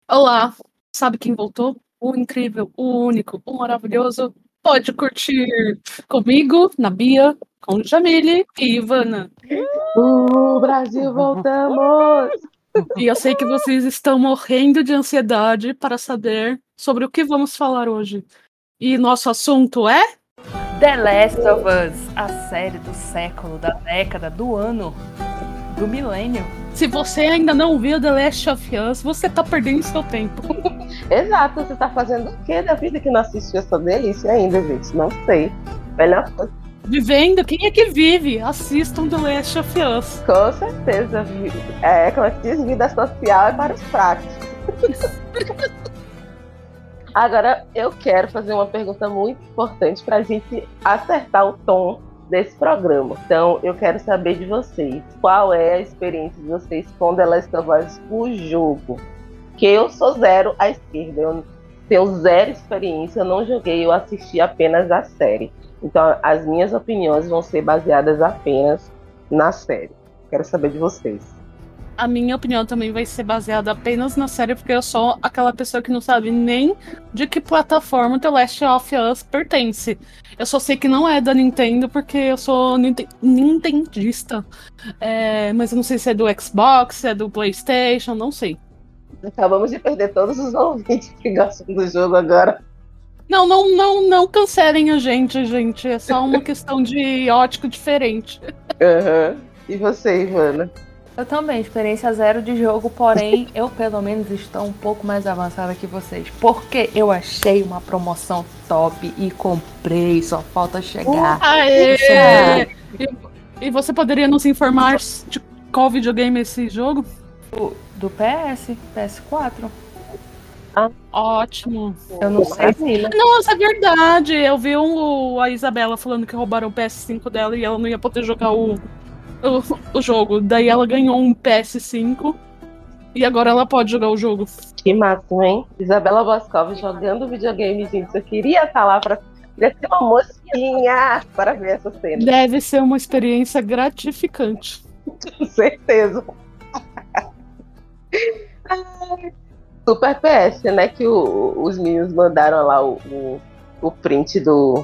Olá, sabe quem voltou? O incrível, o único, o maravilhoso. Pode curtir comigo, na Bia, com Jamile e Ivana. Brasil, voltamos! E eu sei que vocês estão morrendo de ansiedade para saber sobre o que vamos falar hoje. E nosso assunto é The Last of Us, a série do século, da década, do ano, do milênio. Se você ainda não viu The Last of Us, você tá perdendo seu tempo. Exato, você tá fazendo o que da vida que não assistiu essa delícia ainda, gente? Não sei. Melhor coisa. Vivendo, quem é que vive? Assistam The Last of Us. Com certeza. Como é que diz? Vida social é para os fracos. Agora, eu quero fazer uma pergunta muito importante pra gente acertar o tom desse programa. Então, eu quero saber de vocês. Qual é a experiência de vocês com The Last of Us, o jogo? Que eu sou zero à esquerda. Eu tenho zero experiência, eu não joguei, eu assisti apenas a série. Então, as minhas opiniões vão ser baseadas apenas na série. Quero saber de vocês. A minha opinião também vai ser baseada apenas na série, porque eu sou aquela pessoa que não sabe nem de que plataforma The Last of Us pertence. Eu só sei que não é da Nintendo, porque eu sou nintendista. Mas eu não sei se é do Xbox, se é do PlayStation, não sei. Acabamos de perder todos os ouvintes que gostam do jogo agora. Não cancelem a gente. É só uma questão de ótica diferente. Uhum. E você, Ivana? Eu também, experiência zero de jogo, porém, eu pelo menos estou um pouco mais avançada que vocês. Porque eu achei uma promoção top e comprei, só falta chegar. Aê! E você poderia nos informar de qual videogame é esse jogo? Do PS4. Ótimo. Eu não sei. Nossa, é verdade. Eu vi a Isabela falando que roubaram o PS5 dela e ela não ia poder jogar o jogo. Daí ela ganhou um PS5 e agora ela pode jogar o jogo. Que máximo, hein? Isabela Boscov jogando videogame, gente. Eu queria estar lá pra ser uma mosquinha para ver essa cena. Deve ser uma experiência gratificante. Com certeza. Super PS, né? Que os meninos mandaram lá o print do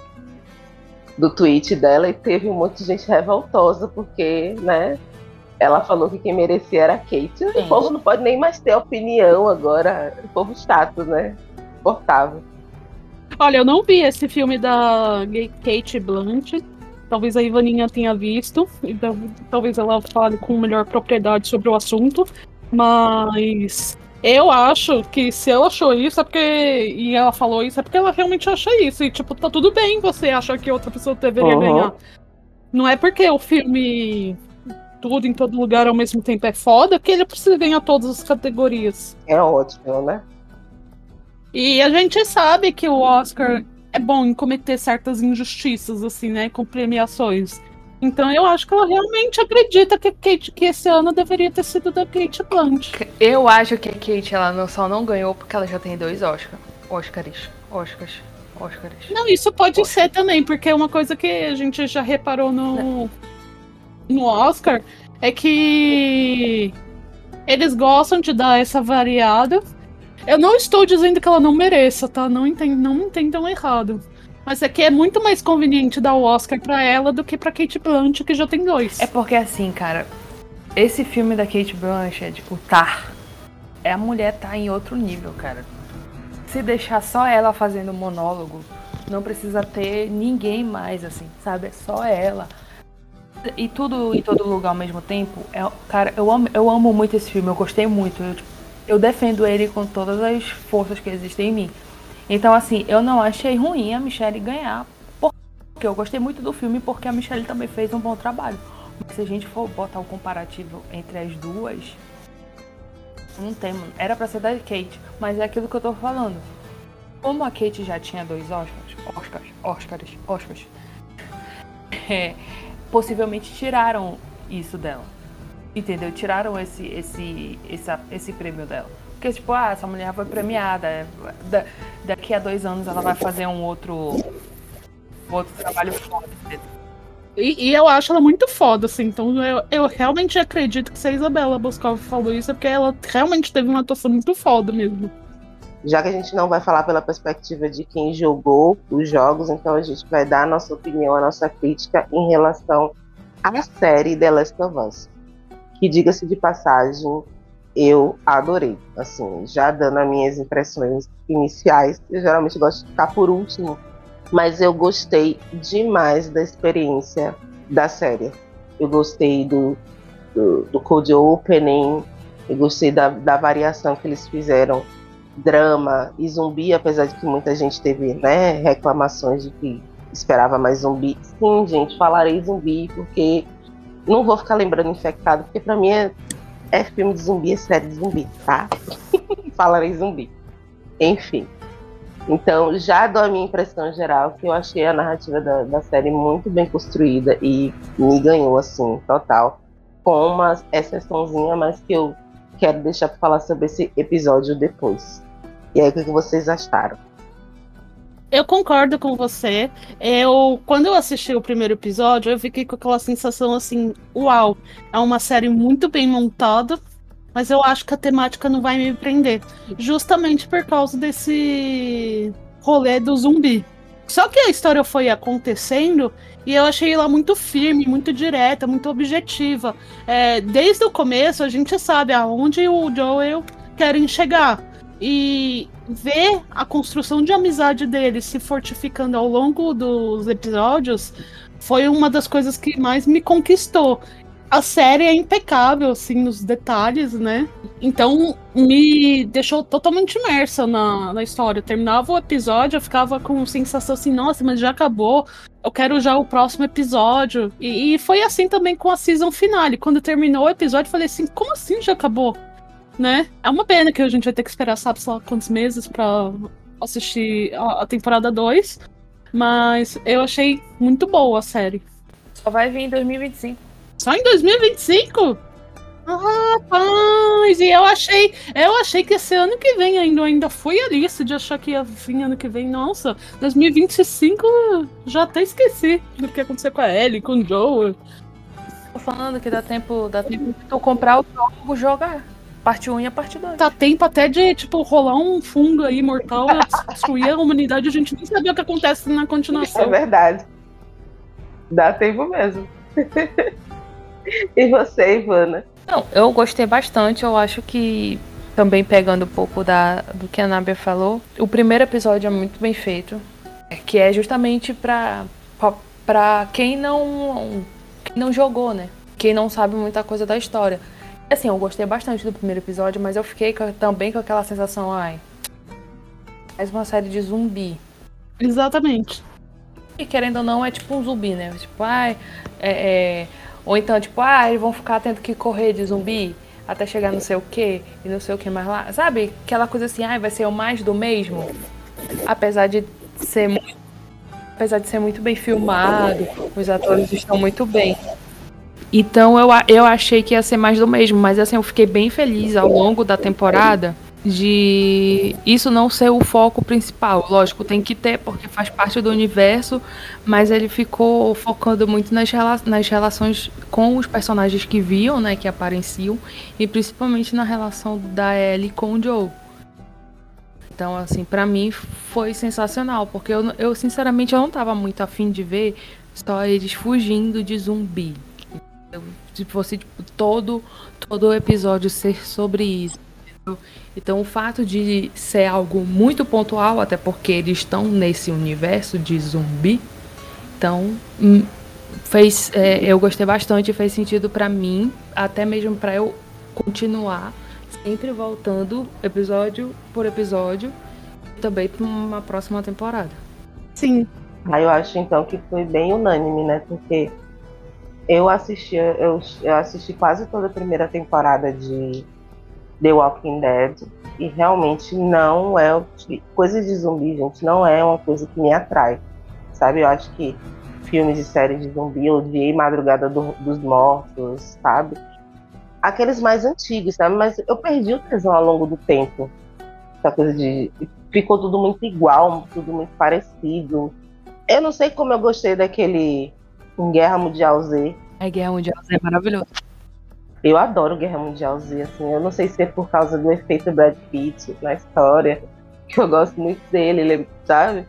tweet dela e teve um monte de gente revoltosa porque, né? Ela falou que quem merecia era a Kate. Sim. O povo não pode nem mais ter opinião agora. O povo chato, né? Portável. Olha, eu não vi esse filme da Cate Blanchett. Talvez a Ivaninha tenha visto. Então, talvez ela fale com melhor propriedade sobre o assunto. Mas eu acho que se ela achou isso é porque. E ela falou isso, é porque ela realmente acha isso. E, tipo, tá tudo bem você achar que outra pessoa deveria ganhar. Não é porque o filme tudo em todo lugar ao mesmo tempo é foda que ele precisa ganhar todas as categorias. É ótimo, né? E a gente sabe que o Oscar é bom em cometer certas injustiças, assim, né? Com premiações. Então eu acho que ela realmente acredita que esse ano deveria ter sido da Cate Blanchett. Eu acho que a Kate ela só não ganhou porque ela já tem 2 Oscars. Não, isso pode ser também, porque uma coisa que a gente já reparou no Oscar é que eles gostam de dar essa variada. Eu não estou dizendo que ela não mereça, tá? Não me entendam errado. Mas é que é muito mais conveniente dar o Oscar pra ela do que pra Cate Blanchett, que já tem 2. É porque assim, cara, esse filme da Cate Blanchett, o Tar, a mulher tá em outro nível, cara. Se deixar só ela fazendo monólogo, não precisa ter ninguém mais, assim, sabe? É só ela. E tudo em todo lugar ao mesmo tempo. Cara, eu amo muito esse filme, eu gostei muito. Eu defendo ele com todas as forças que existem em mim. Então, assim, eu não achei ruim a Michelle ganhar, porque eu gostei muito do filme, porque a Michelle também fez um bom trabalho. Mas se a gente for botar o comparativo entre as duas, não tem. Era pra ser da Kate, mas é aquilo que eu tô falando. Como a Kate já tinha 2 Oscars, possivelmente tiraram isso dela. Entendeu? Tiraram esse prêmio dela. Porque, tipo, essa mulher foi premiada. Daqui a 2 anos ela vai fazer um outro trabalho foda. E eu acho ela muito foda, assim. Então eu realmente acredito que se a Isabela Boscov falou isso é porque ela realmente teve uma atuação muito foda mesmo. Já que a gente não vai falar pela perspectiva de quem jogou os jogos, então a gente vai dar a nossa opinião, a nossa crítica em relação à série The Last of Us. Que, diga-se de passagem, eu adorei. Assim, já dando as minhas impressões iniciais, eu geralmente gosto de ficar por último, mas eu gostei demais da experiência da série. Eu gostei do cold opening, eu gostei da variação que eles fizeram, drama e zumbi, apesar de que muita gente teve, né, reclamações de que esperava mais zumbi. Sim, gente, falarei zumbi, porque não vou ficar lembrando infectado, porque pra mim é filme de zumbi, é série de zumbi, tá? Falarei zumbi. Enfim. Então, já dou a minha impressão geral, que eu achei a narrativa da série muito bem construída e me ganhou, assim, total. Com uma exceçãozinha, mas que eu quero deixar para falar sobre esse episódio depois. E aí, o que vocês acharam? Eu concordo com você. Quando eu assisti o primeiro episódio, eu fiquei com aquela sensação assim, uau, é uma série muito bem montada, mas eu acho que a temática não vai me prender. Justamente por causa desse rolê do zumbi. Só que a história foi acontecendo e eu achei ela muito firme, muito direta, muito objetiva. Desde o começo a gente sabe aonde o Joel querem chegar. E ver a construção de amizade deles se fortificando ao longo dos episódios foi uma das coisas que mais me conquistou. A série é impecável, assim, nos detalhes, né? Então, me deixou totalmente imersa na história. Eu terminava o episódio, eu ficava com sensação assim, nossa, mas já acabou. Eu quero já o próximo episódio. E foi assim também com a season finale. Quando terminou o episódio, eu falei assim, como assim já acabou? Né? É uma pena que a gente vai ter que esperar, sabe, sei lá quantos meses pra assistir a temporada 2. Mas eu achei muito boa a série. Só vai vir em 2025. Só em 2025? Ah, rapaz! E eu achei que esse ano que vem ainda fui a lista de achar que ia vir ano que vem. Nossa, 2025 já até esqueci do que aconteceu com a Ellie, com o Joel. Tô falando que dá tempo de tu comprar o jogo, jogar. Parte 1 e a parte 2. Tá tempo até de, tipo, rolar um fungo aí mortal, destruir a humanidade, a gente nem sabia o que acontece na continuação. É verdade. Dá tempo mesmo. E você, Ivana? Não, eu gostei bastante. Eu acho que, também pegando um pouco do que a Nábia falou, o primeiro episódio é muito bem feito. Que é justamente pra quem não jogou, né? Quem não sabe muita coisa da história. Assim, eu gostei bastante do primeiro episódio, mas eu fiquei também com aquela sensação, mais uma série de zumbi. Exatamente. E querendo ou não, é tipo um zumbi, né? Tipo, ou então, tipo, eles vão ficar tendo que correr de zumbi até chegar não sei o que e não sei o que mais lá. Sabe? Aquela coisa assim, vai ser o mais do mesmo. Apesar de ser muito bem filmado, os atores estão muito bem. Então eu achei que ia ser mais do mesmo, mas assim, eu fiquei bem feliz ao longo da temporada de isso não ser o foco principal. Lógico, tem que ter, porque faz parte do universo, mas ele ficou focando muito nas relações com os personagens que viam, né, que apareciam, e principalmente na relação da Ellie com o Joe. Então, assim, pra mim foi sensacional, porque eu sinceramente eu não tava muito afim de ver só eles fugindo de zumbi. Se fosse tipo, todo o episódio ser sobre isso. Então o fato de ser algo muito pontual, até porque eles estão nesse universo de zumbi, então eu gostei bastante e fez sentido pra mim, até mesmo pra eu continuar sempre voltando episódio por episódio e também pra uma próxima temporada. Sim. Eu acho então que foi bem unânime, né? Porque eu assisti quase toda a primeira temporada de The Walking Dead e realmente não é coisa de zumbi, gente, não é uma coisa que me atrai, sabe? Eu acho que filmes e séries de zumbi, eu odiei Madrugada dos Mortos, sabe? Aqueles mais antigos, sabe? Mas eu perdi o tesão ao longo do tempo. Essa coisa ficou tudo muito igual, tudo muito parecido. Eu não sei como eu gostei daquele em Guerra Mundial Z. Guerra Mundial Z é maravilhoso. Eu adoro Guerra Mundial Z, assim, eu não sei se é por causa do efeito Brad Pitt na história, que eu gosto muito dele, ele, sabe?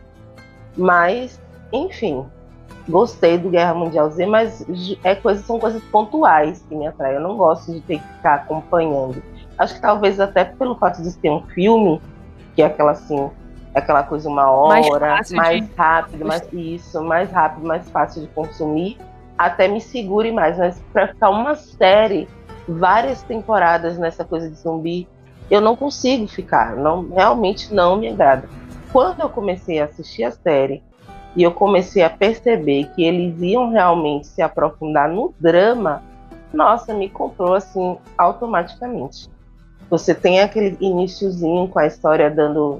Mas, enfim, gostei do Guerra Mundial Z, mas são coisas pontuais que me atraem. Eu não gosto de ter que ficar acompanhando. Acho que talvez até pelo fato de ser um filme, que é aquela coisa uma hora, mais rápido, mais rápido, mais fácil de consumir, até me segure mais. Mas para ficar uma série, várias temporadas nessa coisa de zumbi, eu não consigo ficar, realmente não me agrada. Quando eu comecei a assistir a série e eu comecei a perceber que eles iam realmente se aprofundar no drama, nossa, me comprou assim automaticamente. Você tem aquele iniciozinho com a história dando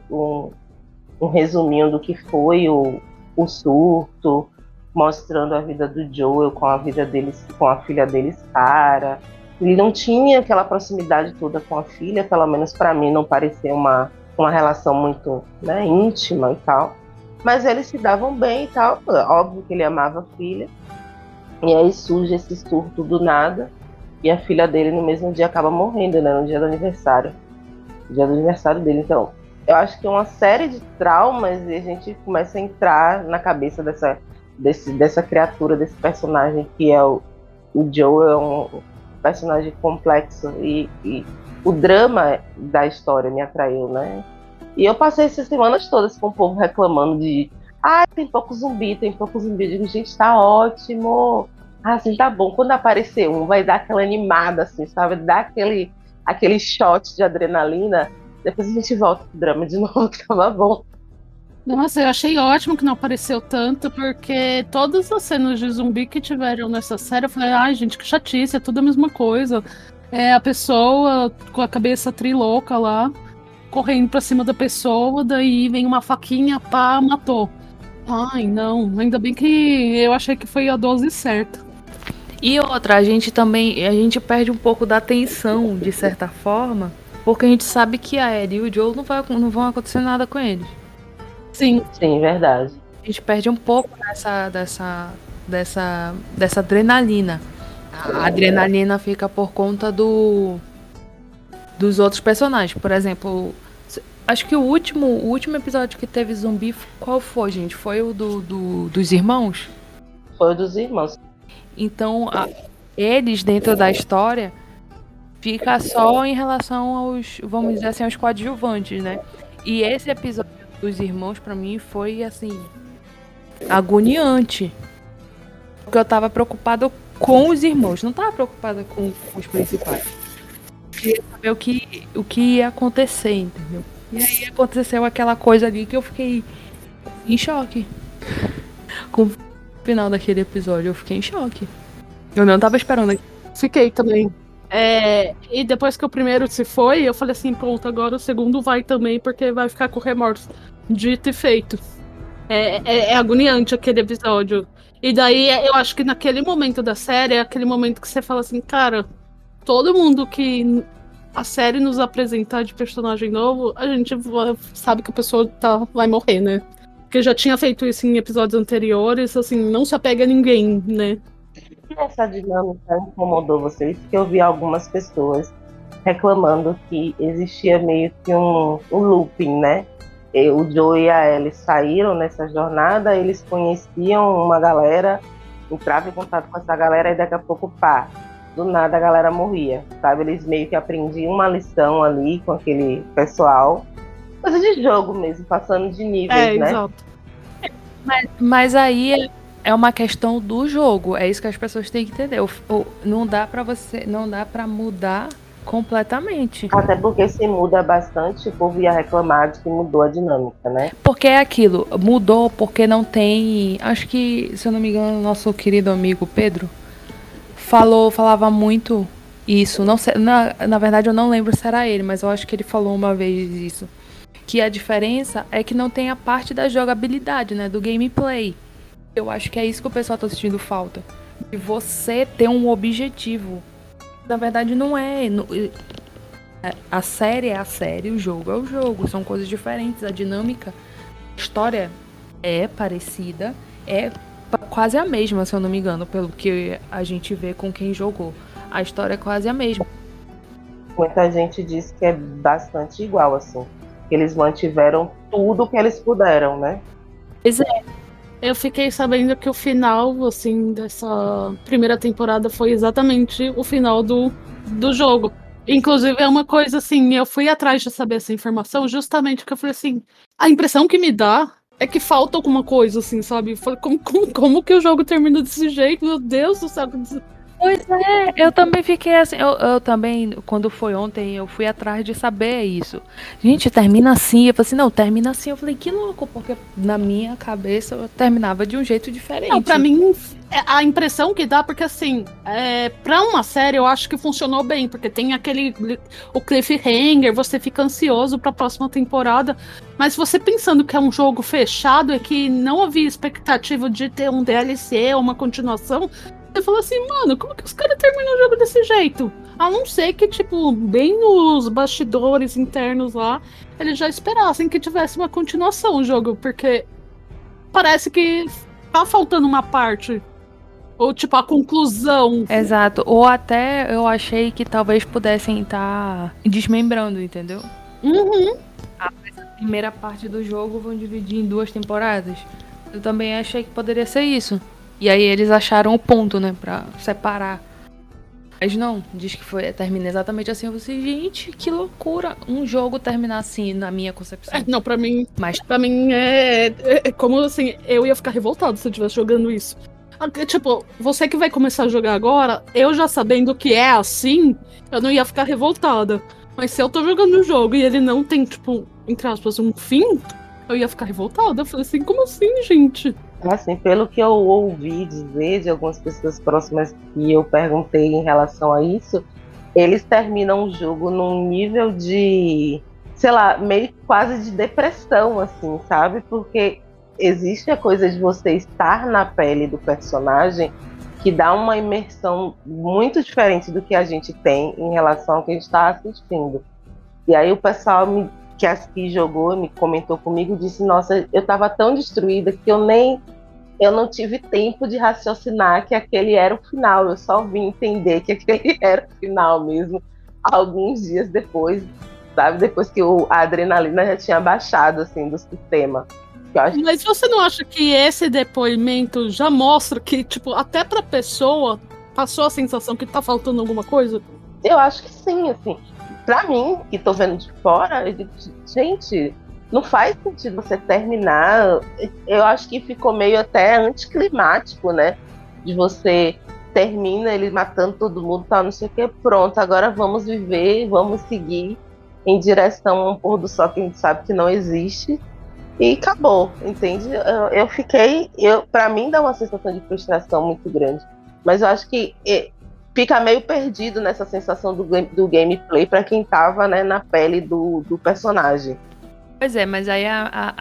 um resuminho do que foi o surto, mostrando a vida do Joel com a vida deles, com a filha deles, Sarah. Ele não tinha aquela proximidade toda com a filha, pelo menos para mim não parecia uma relação muito, né, íntima e tal. Mas eles se davam bem e tal. Óbvio que ele amava a filha. E aí surge esse surto do nada. E a filha dele no mesmo dia acaba morrendo, né, no dia do aniversário. Dia do aniversário dele. Então, eu acho que é uma série de traumas e a gente começa a entrar na cabeça dessa criatura, desse personagem que é o Joel. É um personagem complexo e o drama da história me atraiu, né? E eu passei essas semanas todas com o povo reclamando de tem pouco zumbi. Eu digo, gente, tá ótimo. Assim, tá bom. Quando aparecer vai dar aquela animada, assim, sabe? Dar aquele shot de adrenalina. Depois a gente volta pro drama de novo, que tava bom. Nossa, eu achei ótimo que não apareceu tanto, porque todas as cenas de zumbi que tiveram nessa série, eu falei, gente, que chatice, é tudo a mesma coisa. É a pessoa com a cabeça trilouca lá, correndo pra cima da pessoa, daí vem uma faquinha, pá, matou. Ai, não, ainda bem que eu achei que foi a dose certa. E outra, a gente perde um pouco da atenção, de certa forma, porque a gente sabe que a Ellie e o Joel não vão acontecer nada com eles. Sim, verdade. A gente perde um pouco dessa adrenalina. A adrenalina fica por conta dos outros personagens. Por exemplo, acho que o último episódio que teve zumbi, qual foi, gente? Foi o dos irmãos? Foi o dos irmãos. Então, eles dentro da história fica só em relação aos, vamos dizer assim, aos coadjuvantes, né? E esse episódio dos irmãos, pra mim, foi, assim, agoniante. Porque eu tava preocupada com os irmãos, não tava preocupada com os principais. Eu queria saber o que ia acontecer, entendeu? E aí aconteceu aquela coisa ali que eu fiquei em choque. Com o final daquele episódio, eu fiquei em choque. Eu não tava esperando aqui. Fiquei também. E depois que o primeiro se foi, eu falei assim, pronto, agora o segundo vai também, porque vai ficar com remorso. Dito e feito. É agoniante aquele episódio. E daí eu acho que naquele momento da série é aquele momento que você fala assim, cara, todo mundo que a série nos apresentar de personagem novo, a gente sabe que a pessoa vai morrer, né? Porque já tinha feito isso em episódios anteriores, assim, não se apega a ninguém, né? Essa dinâmica incomodou vocês? Porque eu vi algumas pessoas reclamando que existia meio que um looping, né? O Joe e a Ellie saíram nessa jornada, eles conheciam uma galera, entravam em contato com essa galera e daqui a pouco, do nada a galera morria, sabe? Eles meio que aprendiam uma lição ali com aquele pessoal. Coisa de jogo mesmo, passando de níveis, né? Exato. Mas aí é uma questão do jogo, é isso que as pessoas têm que entender. Não dá pra mudar completamente. Até porque se muda bastante, o povo ia reclamar de que mudou a dinâmica, né? Porque é aquilo, mudou porque não tem... Acho que, se eu não me engano, nosso querido amigo Pedro falava muito isso. Não sei, na verdade eu não lembro se era ele, mas eu acho que ele falou uma vez isso. Que a diferença é que não tem a parte da jogabilidade, né? Do gameplay. Eu acho que é isso que o pessoal tá sentindo falta. De você ter um objetivo. Na verdade não é. A série é a série, o jogo é o jogo. São coisas diferentes. A dinâmica, a história é parecida. quase a mesma, se eu não me engano, pelo que a gente vê com quem jogou. A história é quase a mesma. Muita gente diz que é bastante igual, assim. Que eles mantiveram tudo que eles puderam, né? Pois é. Eu fiquei sabendo que o final, assim, dessa primeira temporada foi exatamente o final do jogo. Inclusive, é uma coisa assim, eu fui atrás de saber essa informação justamente porque eu falei assim, a impressão que me dá é que falta alguma coisa, assim, sabe? Eu falei, como que o jogo termina desse jeito? Meu Deus do céu. Pois é, eu também fiquei assim, eu também, quando foi ontem, eu fui atrás de saber isso. Gente, termina assim, eu falei assim, não, termina assim, eu falei, que louco, porque na minha cabeça eu terminava de um jeito diferente. Não, pra mim, a impressão que dá, porque assim, pra uma série eu acho que funcionou bem, porque tem o cliffhanger, você fica ansioso pra próxima temporada, mas você pensando que é um jogo fechado e que não havia expectativa de ter um DLC ou uma continuação, você fala assim, mano, como que os caras terminam o jogo desse jeito? A não ser que, tipo, bem nos bastidores internos lá, eles já esperassem que tivesse uma continuação o jogo, porque parece que tá faltando uma parte. Ou, tipo, a conclusão. Exato. Ou até eu achei que talvez pudessem estar desmembrando, entendeu? Uhum. A primeira parte do jogo vão dividir em 2 temporadas. Eu também achei que poderia ser isso. E aí eles acharam o ponto, né, pra separar. Mas não, diz que termina exatamente assim. Eu falei, gente, que loucura. Um jogo terminar assim, na minha concepção. Não, pra mim. Mas Pra mim é como assim, eu ia ficar revoltado se eu estivesse jogando isso. Tipo, você que vai começar a jogar agora, eu já sabendo que é assim, eu não ia ficar revoltada. Mas se eu tô jogando o jogo e ele não tem, tipo, entre aspas, um fim, eu ia ficar revoltada. Eu falei assim, como assim, gente? Assim, pelo que eu ouvi dizer de algumas pessoas próximas que eu perguntei em relação a isso, eles terminam o jogo num nível de, sei lá, meio quase de depressão, assim, sabe? Porque existe a coisa de você estar na pele do personagem que dá uma imersão muito diferente do que a gente tem em relação ao que a gente está assistindo. E aí o pessoal que jogou me comentou comigo, disse, nossa, eu estava tão destruída que eu não tive tempo de raciocinar que aquele era o final, eu só vim entender que aquele era o final mesmo alguns dias depois, sabe? Depois que a adrenalina já tinha baixado, assim, do sistema. Mas você não acha que esse depoimento já mostra que, tipo, até pra pessoa passou a sensação que tá faltando alguma coisa? Eu acho que sim, assim. Pra mim, que tô vendo de fora, eu digo, gente, não faz sentido você terminar. Eu acho que ficou meio até anticlimático, né? De você termina ele matando todo mundo, tal, não sei o que, pronto, agora vamos viver, vamos seguir em direção a um pôr do sol que a gente sabe que não existe. E acabou, entende? Eu fiquei. Pra mim dá uma sensação de frustração muito grande. Mas eu acho que fica meio perdido nessa sensação do gameplay pra quem tava, né, na pele do personagem. Pois é, mas aí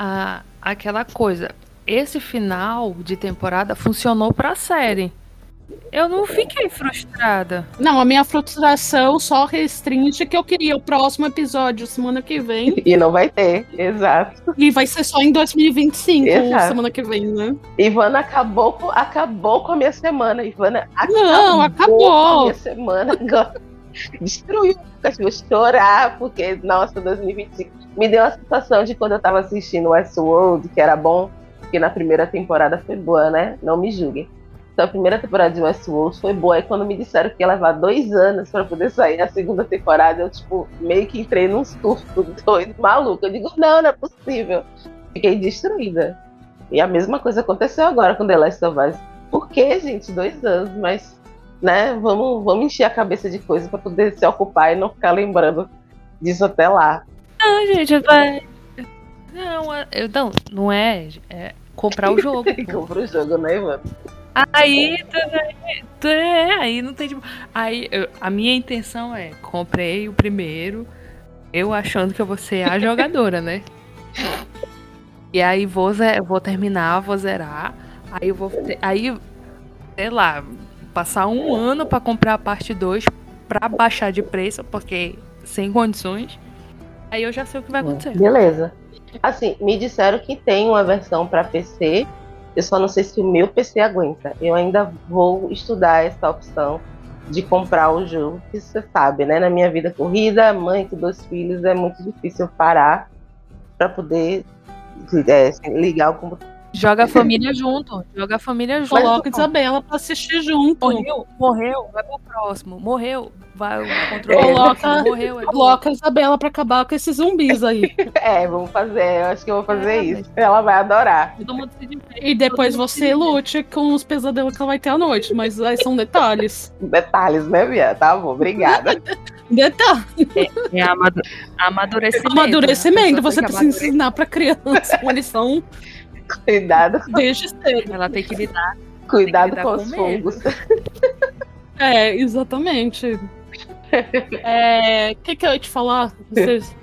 aquela coisa. Esse final de temporada funcionou pra série. Eu não fiquei frustrada. Não, a minha frustração só restringe que eu queria o próximo episódio semana que vem. E não vai ter, exato. E vai ser só em 2025, Exato. semana que vem, né? Ivana acabou com a minha semana. Ivana acabou com a minha semana agora. Destruiu. Eu vou chorar, porque, nossa, 2025. Me deu a sensação de quando eu tava assistindo Westworld, que era bom, porque na primeira temporada foi boa, né? Não me julguem. Então a primeira temporada de Westworld foi boa. Aí quando me disseram que ia levar 2 anos pra poder sair a segunda temporada, eu, tipo, meio que entrei num surto doido, maluco. Eu digo, não é possível. Fiquei destruída. E a mesma coisa aconteceu agora com The Last of Us. Por que, gente? 2 anos, mas, né, vamos encher a cabeça de coisa pra poder se ocupar e não ficar lembrando disso até lá. Não, gente, vai. Não é comprar o jogo. Compra o jogo, né, Ivana? Aí aí não tem tipo. Aí a minha intenção é, comprei o primeiro, eu achando que eu vou ser a jogadora, né? E aí vou terminar, vou zerar. Aí sei lá, passar 1 ano pra comprar a parte 2 pra baixar de preço, porque sem condições. Aí eu já sei o que vai acontecer. Beleza. Assim, me disseram que tem uma versão pra PC Eu só não sei se o meu PC aguenta. Eu ainda vou estudar essa opção de comprar o jogo, que você sabe, né? Na minha vida corrida, mãe com 2 filhos, é muito difícil parar para poder ligar o computador. Joga a família junto. Joga a família junto. Coloca Isabela pra assistir junto. Morreu, vai pro próximo. Morreu, vai o controle. Coloca a Isabela pra acabar com esses zumbis aí. Vamos fazer. Eu acho que eu vou fazer isso. Ela vai adorar. E depois você lute com os pesadelos que ela vai ter à noite. Mas aí são detalhes. Detalhes, né, Bia? Tá bom, obrigada. Detalhe. Amadurecimento. Amadurecimento. Você precisa ensinar pra criança uma lição. Cuidado. Desde cedo. Ela tem que lidar. Cuidado com os fungos. Exatamente. O que eu ia te falar? Vocês...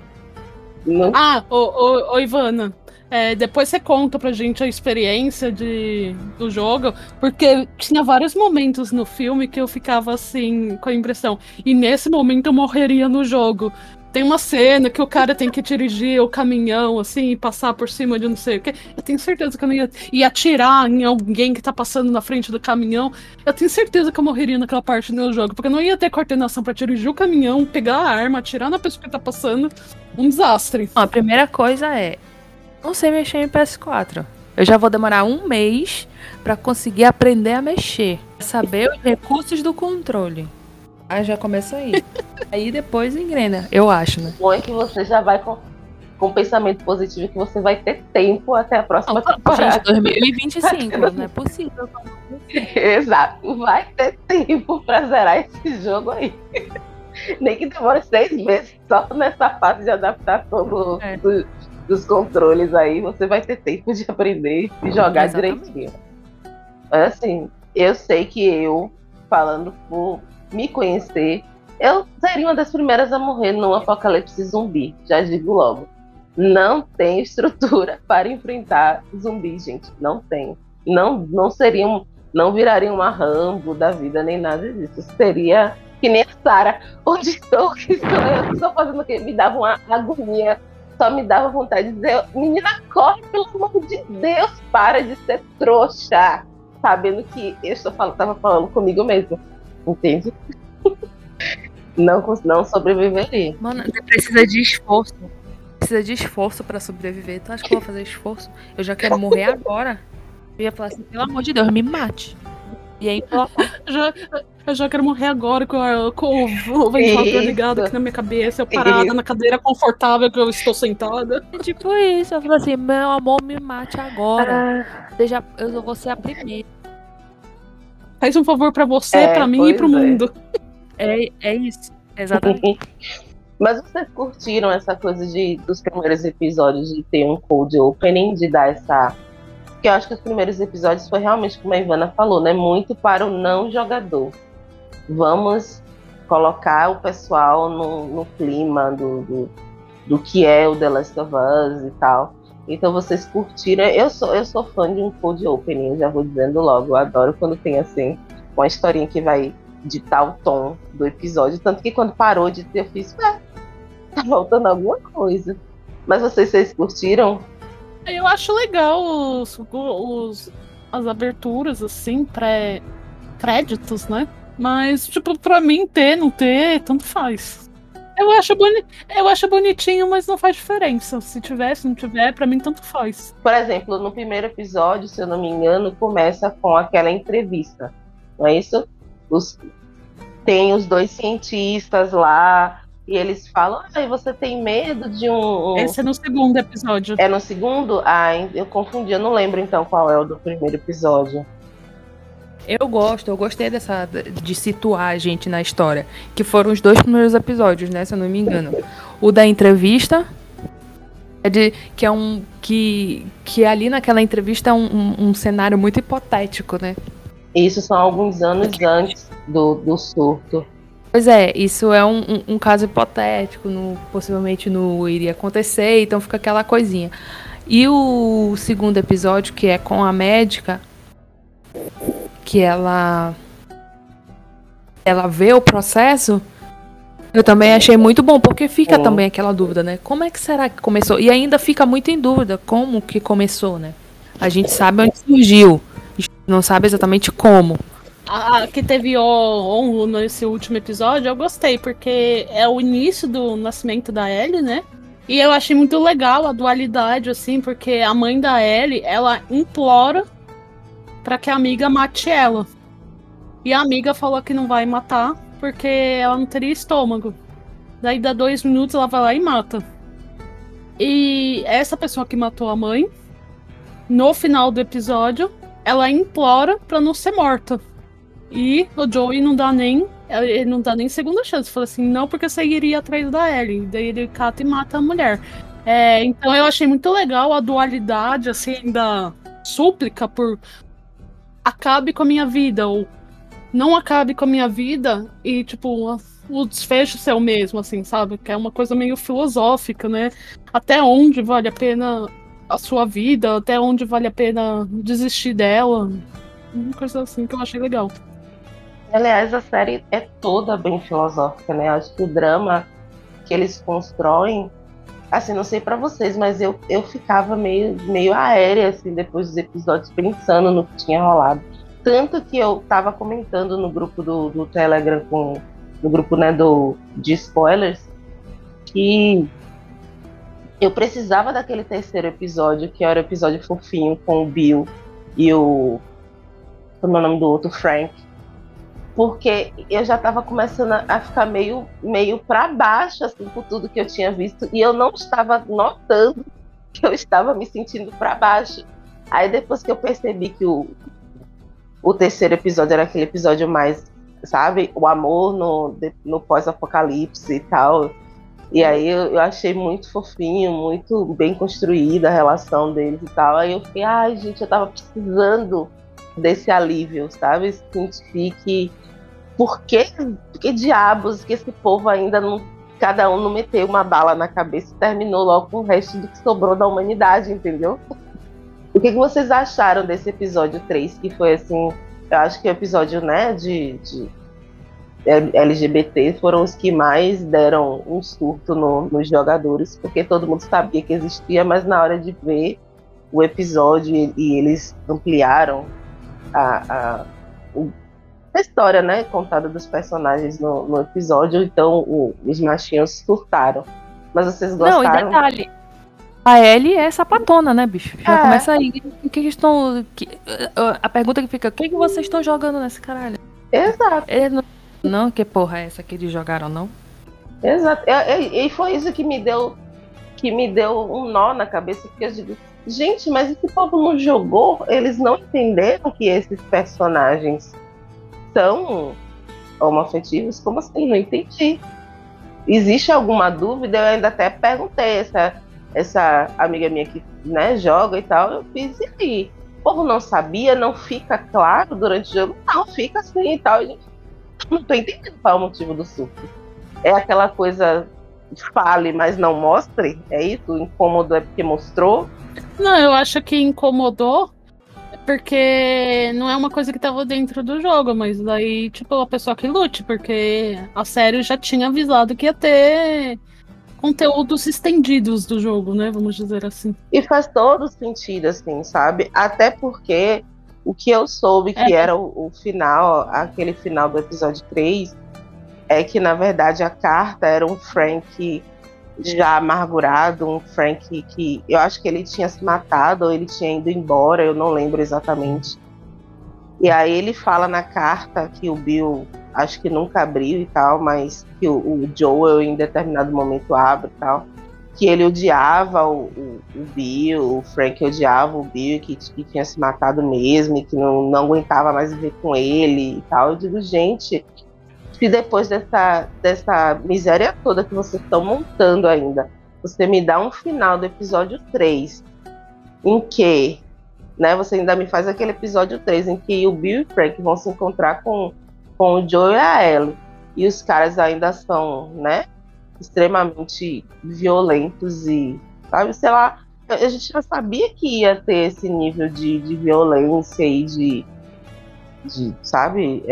Ô Ivana. Depois você conta pra gente a experiência do jogo, porque tinha vários momentos no filme que eu ficava assim, com a impressão, e nesse momento eu morreria no jogo. Tem uma cena que o cara tem que dirigir o caminhão, assim, e passar por cima de não sei o que. Eu tenho certeza que eu não ia atirar em alguém que tá passando na frente do caminhão. Eu tenho certeza que eu morreria naquela parte do jogo, porque eu não ia ter coordenação pra dirigir o caminhão, pegar a arma, atirar na pessoa que tá passando. Um desastre. A primeira coisa não sei mexer em PS4. Eu já vou demorar 1 mês pra conseguir aprender a mexer. Saber os recursos do controle. Aí já começa aí. Aí depois engrena, eu acho, né? Bom é que você já vai com pensamento positivo, que você vai ter tempo até a próxima temporada. Gente, 2025, não é possível. Exato, vai ter tempo pra zerar esse jogo aí. Nem que demore 6 meses só nessa fase de adaptação dos controles aí, você vai ter tempo de aprender e jogar direitinho. Mas assim, eu sei que eu, falando por me conhecer, eu seria uma das primeiras a morrer num apocalipse zumbi, já digo logo. Não tenho estrutura para enfrentar zumbis, gente, não tenho. Não viraria uma Rambo da vida, nem nada disso. Seria que nem a Sarah, onde estou, que estou eu, estou fazendo o quê? Me dava uma agonia, só me dava vontade de dizer, menina, corre, pelo amor de Deus, para de ser trouxa, sabendo que eu estava falando comigo mesmo. Entende? Não sobreviveria. Mano, você precisa de esforço. Precisa de esforço pra sobreviver. Tu acha que eu vou fazer esforço? Eu já quero morrer agora. Eu ia falar assim, pelo amor de Deus, me mate. E aí, eu já quero morrer agora com o ventilador ligado aqui na minha cabeça, eu parada na cadeira confortável que eu estou sentada. É tipo isso, eu falo assim, meu amor, me mate agora. Eu vou ser a primeira. Faz um favor pra você, pra mim e pro mundo. É isso, exatamente. Mas vocês curtiram essa coisa dos primeiros episódios de ter um cold opening, de dar essa... Porque eu acho que os primeiros episódios foi realmente, como a Ivana falou, né? Muito para o não jogador. Vamos colocar o pessoal no clima do que é o The Last of Us e tal. Então vocês curtiram. Eu sou fã de um cold opening, já vou dizendo logo. Eu adoro quando tem assim uma historinha que vai ditar o tom do episódio. Tanto que quando parou de ter, eu fiz, tá faltando alguma coisa. Mas vocês curtiram? Eu acho legal as aberturas, assim, pré-créditos, né? Mas, tipo, pra mim não ter, tanto faz. Eu acho bonitinho, mas não faz diferença. Se tiver, se não tiver, pra mim tanto faz. Por exemplo, no primeiro episódio, se eu não me engano, começa com aquela entrevista. Não é isso? Tem os 2 cientistas lá, e eles falam, você tem medo de um... Esse é no segundo episódio. É no segundo? Eu confundi, eu não lembro então qual é o do primeiro episódio. Eu gostei de situar a gente na história, que foram os 2 primeiros episódios, né, se eu não me engano. O da entrevista, que ali naquela entrevista é um cenário muito hipotético, né? Isso são alguns anos antes do surto. Pois é, isso é um caso hipotético, possivelmente não iria acontecer, então fica aquela coisinha. E o segundo episódio, que é com a médica, que ela vê o processo, eu também achei muito bom, porque fica também aquela dúvida, né? Como é que será que começou? E ainda fica muito em dúvida como que começou, né? A gente sabe onde surgiu. A gente não sabe exatamente como. A que teve on nesse último episódio, eu gostei, porque é o início do nascimento da Ellie, né? E eu achei muito legal a dualidade, assim, porque a mãe da Ellie, ela implora pra que a amiga mate ela. E a amiga falou que não vai matar, porque ela não teria estômago. Daí dá 2 minutos, ela vai lá e mata. E essa pessoa que matou a mãe, no final do episódio, ela implora pra não ser morta. E o Joey ele não dá nem segunda chance. Fala assim, não, porque você iria atrás da Ellie. Daí ele cata e mata a mulher. Então eu achei muito legal a dualidade, assim, da súplica por acabe com a minha vida, ou não acabe com a minha vida, e, tipo, o desfecho ser o mesmo, assim, sabe? Que é uma coisa meio filosófica, né? Até onde vale a pena a sua vida, até onde vale a pena desistir dela. Uma coisa assim que eu achei legal. Aliás, a série é toda bem filosófica, né? Acho que o drama que eles constroem, assim, não sei pra vocês, mas eu ficava meio aérea, assim, depois dos episódios, pensando no que tinha rolado. Tanto que eu tava comentando no grupo do Telegram, no grupo, né, de spoilers, que eu precisava daquele terceiro episódio, que era o episódio fofinho com o Bill e como é o nome do outro, Frank. Porque eu já estava começando a ficar meio para baixo, assim, por tudo que eu tinha visto, e eu não estava notando que eu estava me sentindo para baixo. Aí depois que eu percebi que o terceiro episódio era aquele episódio mais, sabe, o amor no pós-apocalipse e tal, e aí eu achei muito fofinho, muito bem construída a relação deles e tal. Aí eu fiquei, ai gente, eu tava precisando desse alívio, sabe? Sentir que por que diabos que esse povo ainda não, cada um não meteu uma bala na cabeça e terminou logo com o resto do que sobrou da humanidade, entendeu? O que vocês acharam desse episódio 3, que foi assim, eu acho que o episódio, né, de LGBT foram os que mais deram um surto nos jogadores, porque todo mundo sabia que existia, mas na hora de ver o episódio e eles ampliaram a história, né, contada dos personagens no episódio, então os machinhos surtaram. Mas vocês gostaram? Não, e detalhe, a Ellie é sapatona, né, bicho? Já começa aí. O que estão... A pergunta que fica, o que vocês estão jogando nesse caralho? Exato. Não, que porra é essa que eles jogaram, não? Exato. E foi isso que me deu um nó na cabeça, porque eu digo, gente, mas esse povo não jogou? Eles não entenderam que esses personagens são homoafetivos? Como assim? Não entendi. Existe alguma dúvida? Eu ainda até perguntei essa amiga minha que, né, joga e tal, eu fiz e aí. O povo não sabia, não fica claro durante o jogo? Não, fica assim e tal. Eu não tô entendendo qual é o motivo do surto. É aquela coisa, fale, mas não mostre? É isso? O incômodo é porque mostrou? Não, eu acho que incomodou porque não é uma coisa que tava dentro do jogo, mas daí, tipo, a pessoa que lute, porque a série já tinha avisado que ia ter conteúdos estendidos do jogo, né? Vamos dizer assim. E faz todo sentido, assim, sabe? Até porque o que eu soube que era o final, aquele final do episódio 3, é que, na verdade, a carta era um Frank já amargurado, um Frank que eu acho que ele tinha se matado ou ele tinha ido embora, eu não lembro exatamente. E aí ele fala na carta que o Bill acho que nunca abriu e tal, mas que o Joel em determinado momento abre e tal, que ele odiava o Bill, o Frank odiava o Bill, que tinha se matado mesmo e que não aguentava mais viver com ele e tal. Eu digo, gente, se depois dessa miséria toda que vocês estão montando ainda, você me dá um final do episódio 3 em que, né, você ainda me faz aquele episódio 3 em que o Bill e o Frank vão se encontrar com o Joe e a Ellie, e os caras ainda são, né, extremamente violentos e, sabe, sei lá, a gente já sabia que ia ter esse nível de violência e de sabe,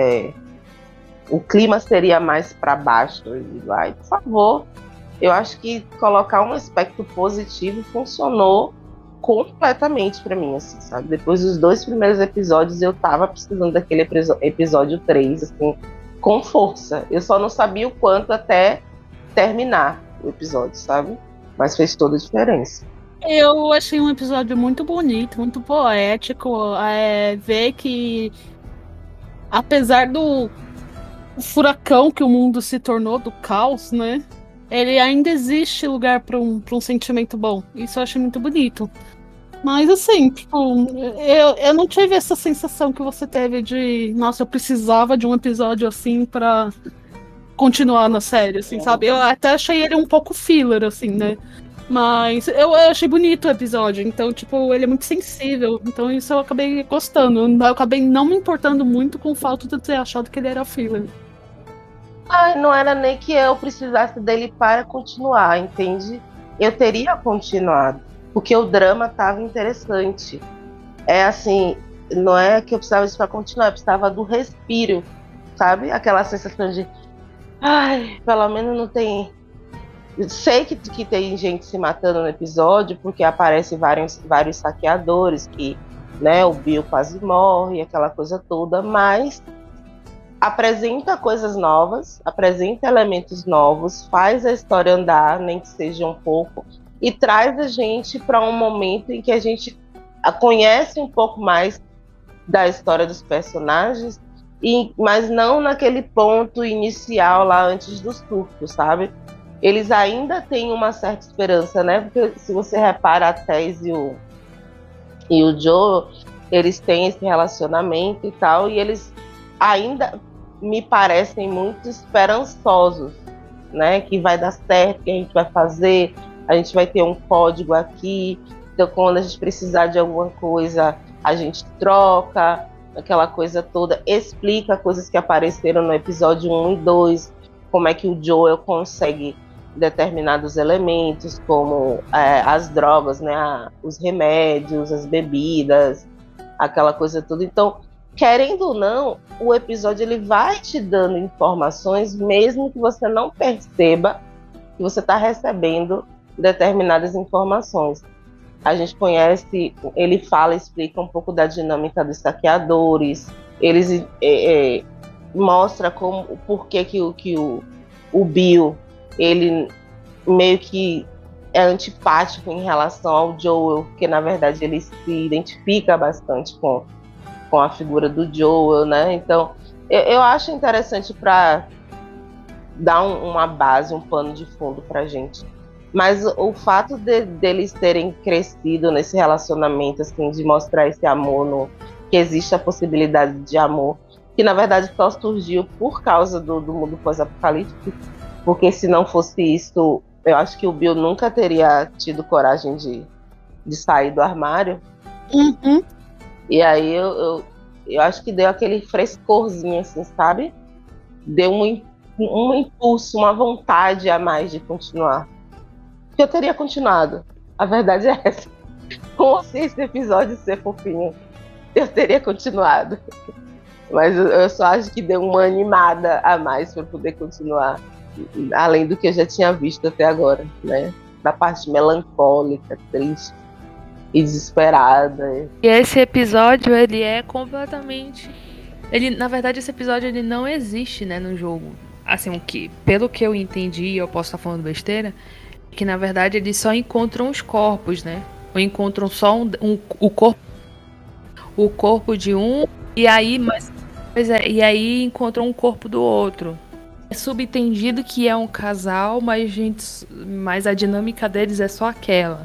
o clima seria mais para baixo. E vai, por favor, eu acho que colocar um aspecto positivo funcionou completamente pra mim, assim, sabe? Depois dos 2 primeiros episódios, eu tava precisando daquele episódio 3, assim, com força. Eu só não sabia o quanto até terminar o episódio, sabe? Mas fez toda a diferença. Eu achei um episódio muito bonito, muito poético. Ver que, apesar do furacão que o mundo se tornou, do caos, né? Ele ainda existe lugar para um sentimento bom. Isso eu achei muito bonito. Mas assim, tipo, eu não tive essa sensação que você teve de, nossa, eu precisava de um episódio assim pra continuar na série, assim, sabe? Eu até achei ele um pouco filler, assim, né? Mas eu achei bonito o episódio, então, tipo, ele é muito sensível. Então isso eu acabei gostando. Eu acabei não me importando muito com o fato de ter achado que ele era filler. Ai, não era nem que eu precisasse dele para continuar, entende? Eu teria continuado, porque o drama estava interessante. É assim, não é que eu precisava disso para continuar, eu precisava do respiro, sabe? Aquela sensação de, ai, pelo menos não tem. Sei que tem gente se matando no episódio, porque aparecem vários saqueadores que, né, o Bill quase morre, aquela coisa toda, mas apresenta coisas novas, apresenta elementos novos, faz a história andar, nem que seja um pouco, e traz a gente para um momento em que a gente conhece um pouco mais da história dos personagens, mas não naquele ponto inicial lá antes do surto, sabe? Eles ainda têm uma certa esperança, né? Porque se você repara, a Tess e o Joe, eles têm esse relacionamento e tal, e eles ainda me parecem muito esperançosos, né? Que vai dar certo, que a gente vai fazer, a gente vai ter um código aqui, então quando a gente precisar de alguma coisa, a gente troca, aquela coisa toda, explica coisas que apareceram no episódio 1 e 2, como é que o Joel consegue determinados elementos, como as drogas, né? Os remédios, as bebidas, aquela coisa toda. Então, querendo ou não, o episódio ele vai te dando informações, mesmo que você não perceba que você está recebendo determinadas informações. A gente conhece, ele fala, explica um pouco da dinâmica dos saqueadores, eles mostra como, por que o Bill, ele meio que é antipático em relação ao Joel, porque na verdade ele se identifica bastante com a figura do Joel, né? Então, eu acho interessante para dar uma base, um pano de fundo pra gente. Mas o fato deles terem crescido nesse relacionamento, assim, de mostrar esse amor, que existe a possibilidade de amor, que na verdade só surgiu por causa do mundo pós-apocalíptico, porque se não fosse isso, eu acho que o Bill nunca teria tido coragem de sair do armário. Uhum. E aí eu acho que deu aquele frescorzinho, assim, sabe? Deu um impulso, uma vontade a mais de continuar. Que eu teria continuado. A verdade é essa. Com esse episódio ser fofinho, eu teria continuado. Mas eu só acho que deu uma animada a mais para poder continuar. Além do que eu já tinha visto até agora, né? Da parte melancólica, triste e desesperada. E esse episódio, ele é completamente... na verdade, esse episódio ele não existe, né, no jogo. Assim, pelo que eu entendi, eu posso estar falando besteira, que na verdade eles só encontram os corpos, né? Ou encontram só o corpo de um, e aí, e aí encontram o corpo do outro. É subentendido que é um casal, mas a dinâmica deles é só aquela.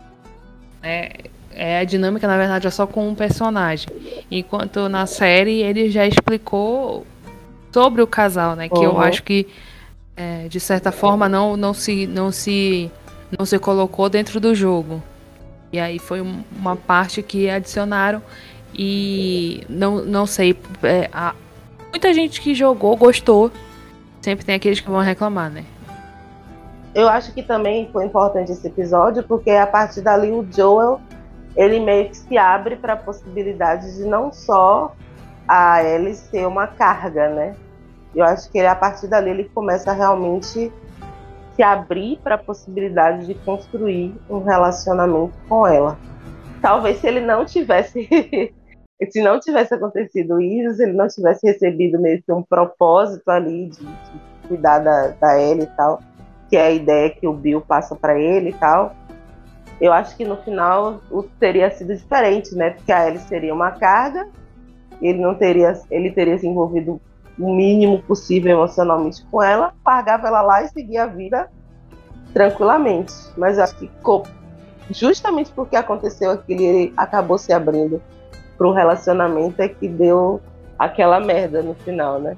A dinâmica, na verdade, é só com um personagem. Enquanto na série ele já explicou sobre o casal, né? Que eu acho que, de certa forma, não se colocou dentro do jogo. E aí foi uma parte que adicionaram. E não sei. Muita gente que jogou gostou. Sempre tem aqueles que vão reclamar, né? Eu acho que também foi importante esse episódio, porque a partir dali o Joel, ele meio que se abre para a possibilidade de não só a Ellie ser uma carga, né? Eu acho que a partir dali ele começa a realmente se abrir para a possibilidade de construir um relacionamento com ela. talvez se ele não tivesse se não tivesse acontecido isso, se ele não tivesse recebido meio que um propósito ali de cuidar da Ellie e tal, que é a ideia que o Bill passa para ele e tal, eu acho que no final teria sido diferente, né? Porque a Ellie seria uma carga, ele teria se envolvido o mínimo possível emocionalmente com ela, largava ela lá e seguia a vida tranquilamente. Mas eu acho que justamente porque aconteceu aquilo, ele acabou se abrindo pro relacionamento, é que deu aquela merda no final, né?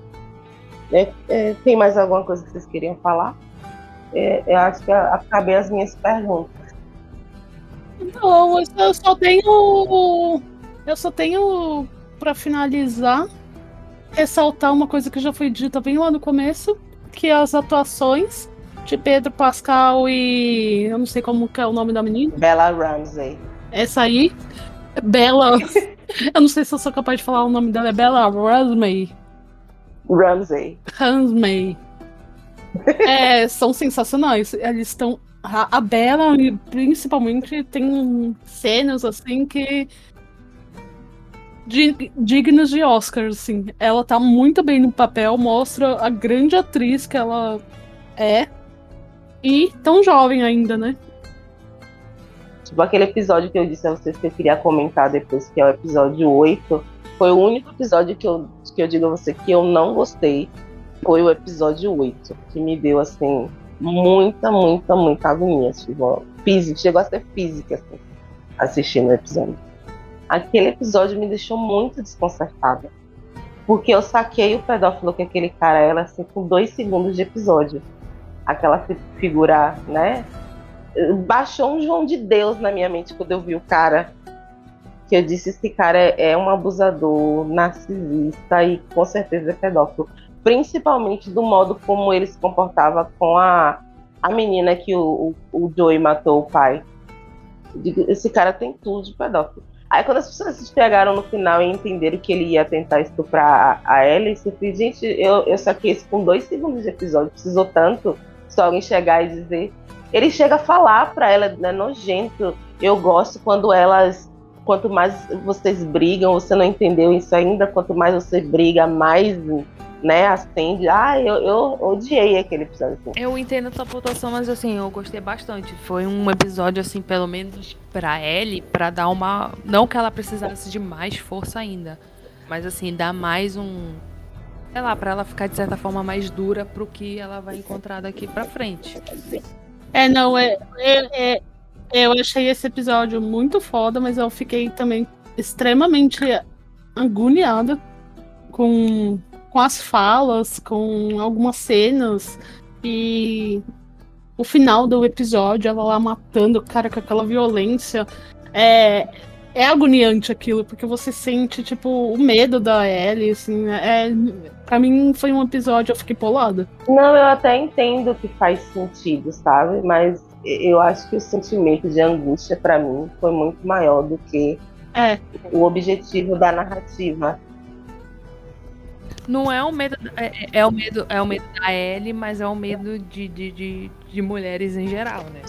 Tem mais alguma coisa que vocês queriam falar? Eu acho que acabei as minhas perguntas. Não, eu só tenho para finalizar, ressaltar uma coisa que já foi dita bem lá no começo, que as atuações de Pedro Pascal e eu não sei como que é o nome da menina. Bella Ramsey. Essa aí, Bella. Eu não sei se eu sou capaz de falar o nome dela, é Bella Ramsey. São sensacionais. Eles estão. A Bella, principalmente, tem cenas assim que. Dignas de Oscar, assim. Ela tá muito bem no papel, mostra a grande atriz que ela é. E tão jovem ainda, né? Tipo aquele episódio que eu disse a vocês que eu queria comentar depois, que é o episódio 8. Foi o único episódio que eu digo a você que eu não gostei. Foi o episódio 8, que me deu, assim, muita agonia. Tipo, chegou a ser física, assim, assistindo o episódio. Aquele episódio me deixou muito desconcertada. Porque eu saquei o pedófilo que aquele cara era, assim, com 2 segundos de episódio. Aquela figura, né? Baixou um João de Deus na minha mente quando eu vi o cara. Que eu disse, esse cara é um abusador, narcisista e com certeza é pedófilo. Principalmente do modo como ele se comportava com a menina que o Joey matou o pai. Esse cara tem tudo de pedófilo. Aí quando as pessoas se pegaram no final e entenderam que ele ia tentar estuprar a Ellie, eu falei, gente, eu saquei isso com 2 segundos de episódio, precisou tanto só alguém chegar e dizer. Ele chega a falar pra ela, é nojento, eu gosto quanto mais vocês brigam, você não entendeu isso ainda, quanto mais você briga, mais, né, acende. Eu odiei aquele episódio. Assim. Eu entendo a tua pontuação, mas assim, eu gostei bastante. Foi um episódio, assim, pelo menos pra Ellie, pra dar uma... Não que ela precisasse de mais força ainda, mas assim, dar mais sei lá, pra ela ficar de certa forma mais dura pro que ela vai encontrar daqui pra frente. Eu achei esse episódio muito foda, mas eu fiquei também extremamente agoniada com as falas, com algumas cenas e o final do episódio, ela lá matando o cara com aquela violência. É agoniante aquilo, porque você sente, tipo, o medo da Ellie, assim, pra mim foi um episódio, eu fiquei polada. Não, eu até entendo que faz sentido, sabe? Mas eu acho que o sentimento de angústia, pra mim, foi muito maior do que o objetivo da narrativa. Não é o medo, é o medo da Ellie, mas é o medo de mulheres em geral, né?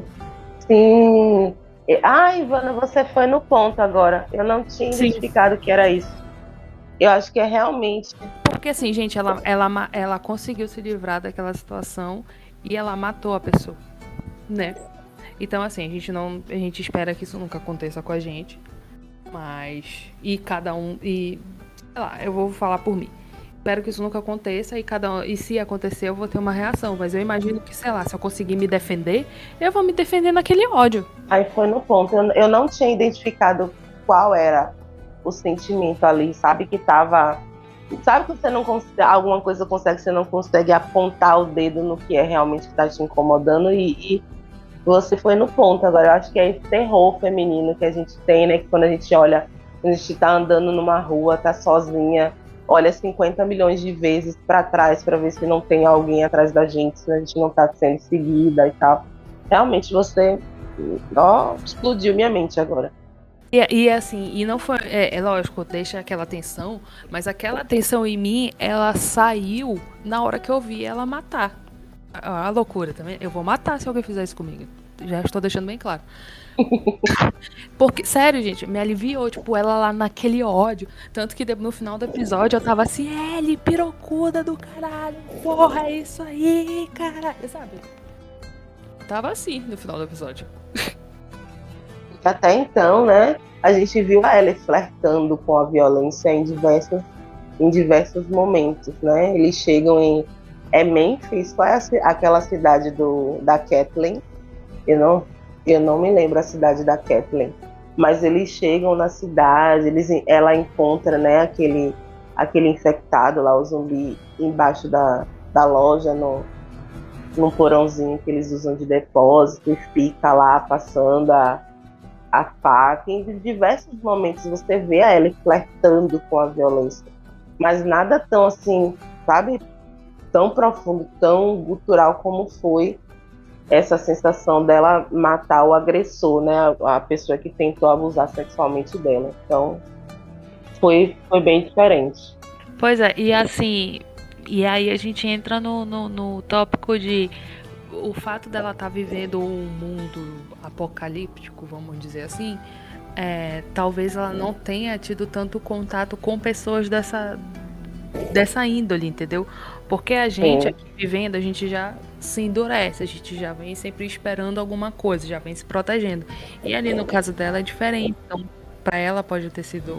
Sim. Ivana, você foi no ponto agora. Eu não tinha identificado que era isso. Eu acho que é realmente... Porque assim, gente, ela conseguiu se livrar daquela situação e ela matou a pessoa, né? Então assim, a gente espera que isso nunca aconteça com a gente. Mas... sei lá, eu vou falar por mim. Espero que isso nunca aconteça e se acontecer eu vou ter uma reação, mas eu imagino que, sei lá, se eu conseguir me defender, eu vou me defender naquele ódio. Aí foi no ponto, eu não tinha identificado qual era o sentimento ali, sabe, que tava... Sabe que você não consegue, alguma coisa você não consegue apontar o dedo no que é realmente que tá te incomodando e você foi no ponto. Agora eu acho que é esse terror feminino que a gente tem, né, que quando a gente tá andando numa rua, tá sozinha, olha 50 milhões de vezes para trás para ver se não tem alguém atrás da gente, se a gente não tá sendo seguida e tal. Realmente você explodiu minha mente agora. E assim, e não foi, lógico, deixa aquela tensão, mas aquela tensão em mim, ela saiu na hora que eu vi ela matar. A loucura também, eu vou matar se alguém fizer isso comigo. Já estou deixando bem claro. Porque, sério, gente, me aliviou, tipo, ela lá naquele ódio. Tanto que no final do episódio eu tava assim, Ellie, pirocuda do caralho, porra, é isso aí, caralho, sabe? Tava assim no final do episódio. Até então, né, a gente viu a Ellie flertando com a violência em diversos momentos, né? Eles chegam em Memphis, qual é aquela cidade da Kathleen? Eu não me lembro a cidade da Kathleen, mas eles chegam na cidade, ela encontra, né, aquele infectado lá, o zumbi, embaixo da loja, num porãozinho que eles usam de depósito, e fica lá passando a faca. Em diversos momentos você vê a Ellie flertando com a violência, mas nada tão assim, sabe, tão profundo, tão gutural como foi essa sensação dela matar o agressor, né, a pessoa que tentou abusar sexualmente dela. Então foi bem diferente. Pois é, e assim, e aí a gente entra no tópico de o fato dela estar vivendo um mundo apocalíptico, vamos dizer assim, talvez ela não tenha tido tanto contato com pessoas dessa índole, entendeu? Porque a gente aqui vivendo, a gente já se endurece, a gente já vem sempre esperando alguma coisa, já vem se protegendo. E ali no caso dela é diferente, então pra ela pode ter sido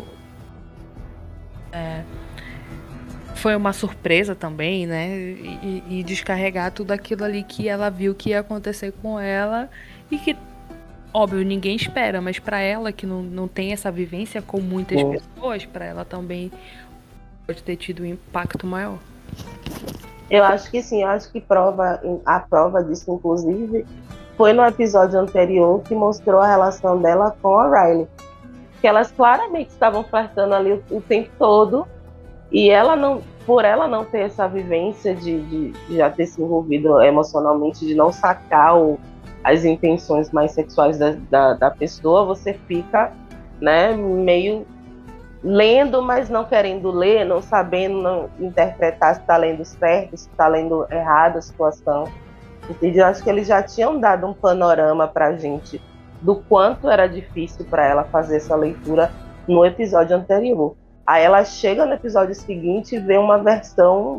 foi uma surpresa também, né? E descarregar tudo aquilo ali que ela viu que ia acontecer com ela e que, óbvio, ninguém espera, mas pra ela que não tem essa vivência com muitas pessoas, pra ela também pode ter tido um impacto maior. Eu acho que sim, eu acho que a prova disso, inclusive, foi no episódio anterior que mostrou a relação dela com a Riley. Que elas claramente estavam flertando ali o tempo todo, e por ela não ter essa vivência de já ter se envolvido emocionalmente, de não sacar as intenções mais sexuais da pessoa, você fica, né, meio lendo, mas não querendo ler, não sabendo não interpretar se está lendo certo, se está lendo errado a situação. Entende? Eu acho que eles já tinham dado um panorama para a gente do quanto era difícil para ela fazer essa leitura no episódio anterior. Aí ela chega no episódio seguinte e vê uma versão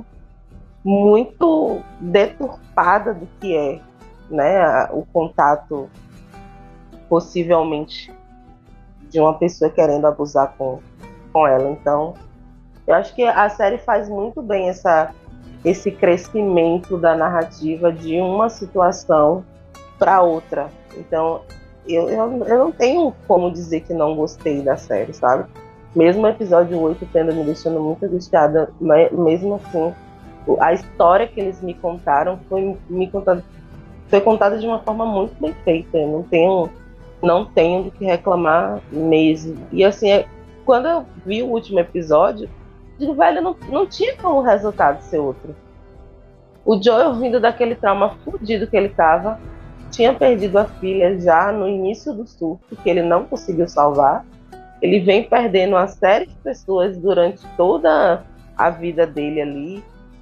muito deturpada do que é, né, o contato possivelmente de uma pessoa querendo abusar com ela. Então, eu acho que a série faz muito bem esse crescimento da narrativa de uma situação para outra. Então, eu não tenho como dizer que não gostei da série, sabe? Mesmo o episódio 8 tendo me deixando muito angustiada, mesmo assim, a história que eles me contaram foi contada de uma forma muito bem feita. Eu não tenho do que reclamar mesmo. E assim, quando eu vi o último episódio, digo, velho, não tinha como o resultado ser outro. O Joel, vindo daquele trauma fudido que ele tava, tinha perdido a filha já no início do surto, que ele não conseguiu salvar. Ele vem perdendo uma série de pessoas durante toda a vida dele ali.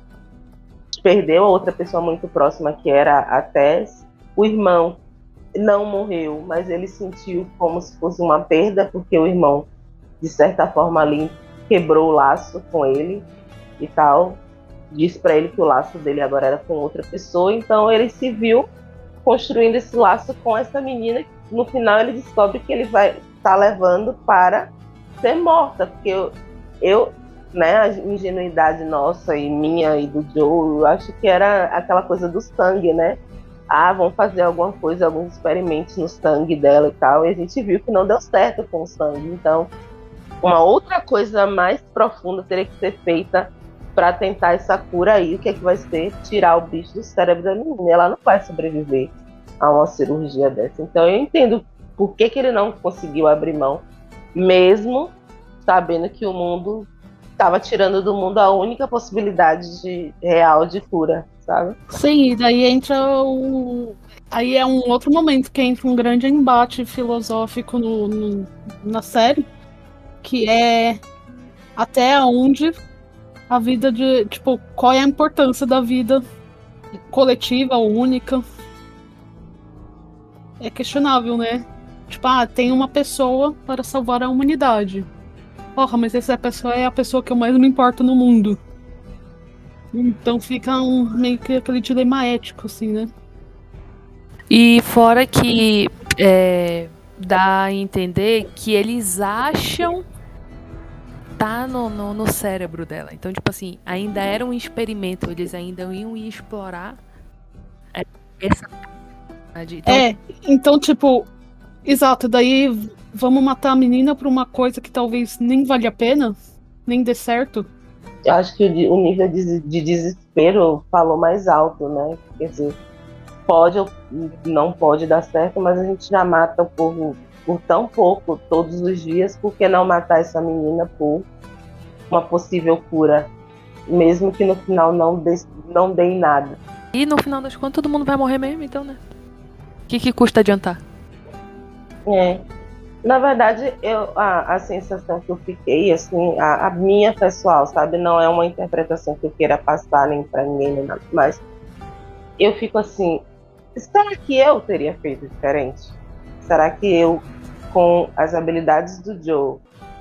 Perdeu a outra pessoa muito próxima, que era a Tess. O irmão não morreu, mas ele sentiu como se fosse uma perda, porque o irmão, de certa forma ali, quebrou o laço com ele e tal. Disse para ele que o laço dele agora era com outra pessoa. Então ele se viu construindo esse laço com essa menina. No final ele descobre que ele vai estar levando para ser morta, porque eu, né, a ingenuidade nossa e minha e do Joe, eu acho que era aquela coisa do sangue, né? Vão fazer alguma coisa, alguns experimentos no sangue dela e tal, e a gente viu que não deu certo com o sangue. Então, uma outra coisa mais profunda teria que ser feita para tentar essa cura aí. O que é que vai ser? Tirar o bicho do cérebro da menina. Ela não vai sobreviver a uma cirurgia dessa. Então, eu entendo por que ele não conseguiu abrir mão, mesmo sabendo que o mundo estava tirando do mundo a única possibilidade real de cura, sabe? Sim, e daí entra aí é um outro momento que entra um grande embate filosófico na série, que é até onde a vida tipo, qual é a importância da vida coletiva, única. é questionável, né? Tipo, tem uma pessoa para salvar a humanidade. Porra, mas essa pessoa é a pessoa que eu mais me importo no mundo. Então fica meio que aquele dilema ético, assim, né? E fora que dá a entender que eles acham tá no cérebro dela. Então, tipo assim, ainda era um experimento, eles ainda iam explorar essa possibilidade. Então, tipo, exato, daí vamos matar a menina por uma coisa que talvez nem vale a pena, nem dê certo. Eu acho que o nível de desespero falou mais alto, né? Quer dizer, pode ou não pode dar certo, mas a gente já mata o povo por tão pouco todos os dias, por que não matar essa menina por uma possível cura, mesmo que no final não dê em nada? E no final das contas todo mundo vai morrer mesmo, então, né? O que custa adiantar? Na verdade, a sensação que eu fiquei, assim, a minha pessoal, sabe? Não é uma interpretação que eu queira passar nem pra ninguém, nem nada, mas eu fico assim, será que eu teria feito diferente? Será que eu, com as habilidades do Joe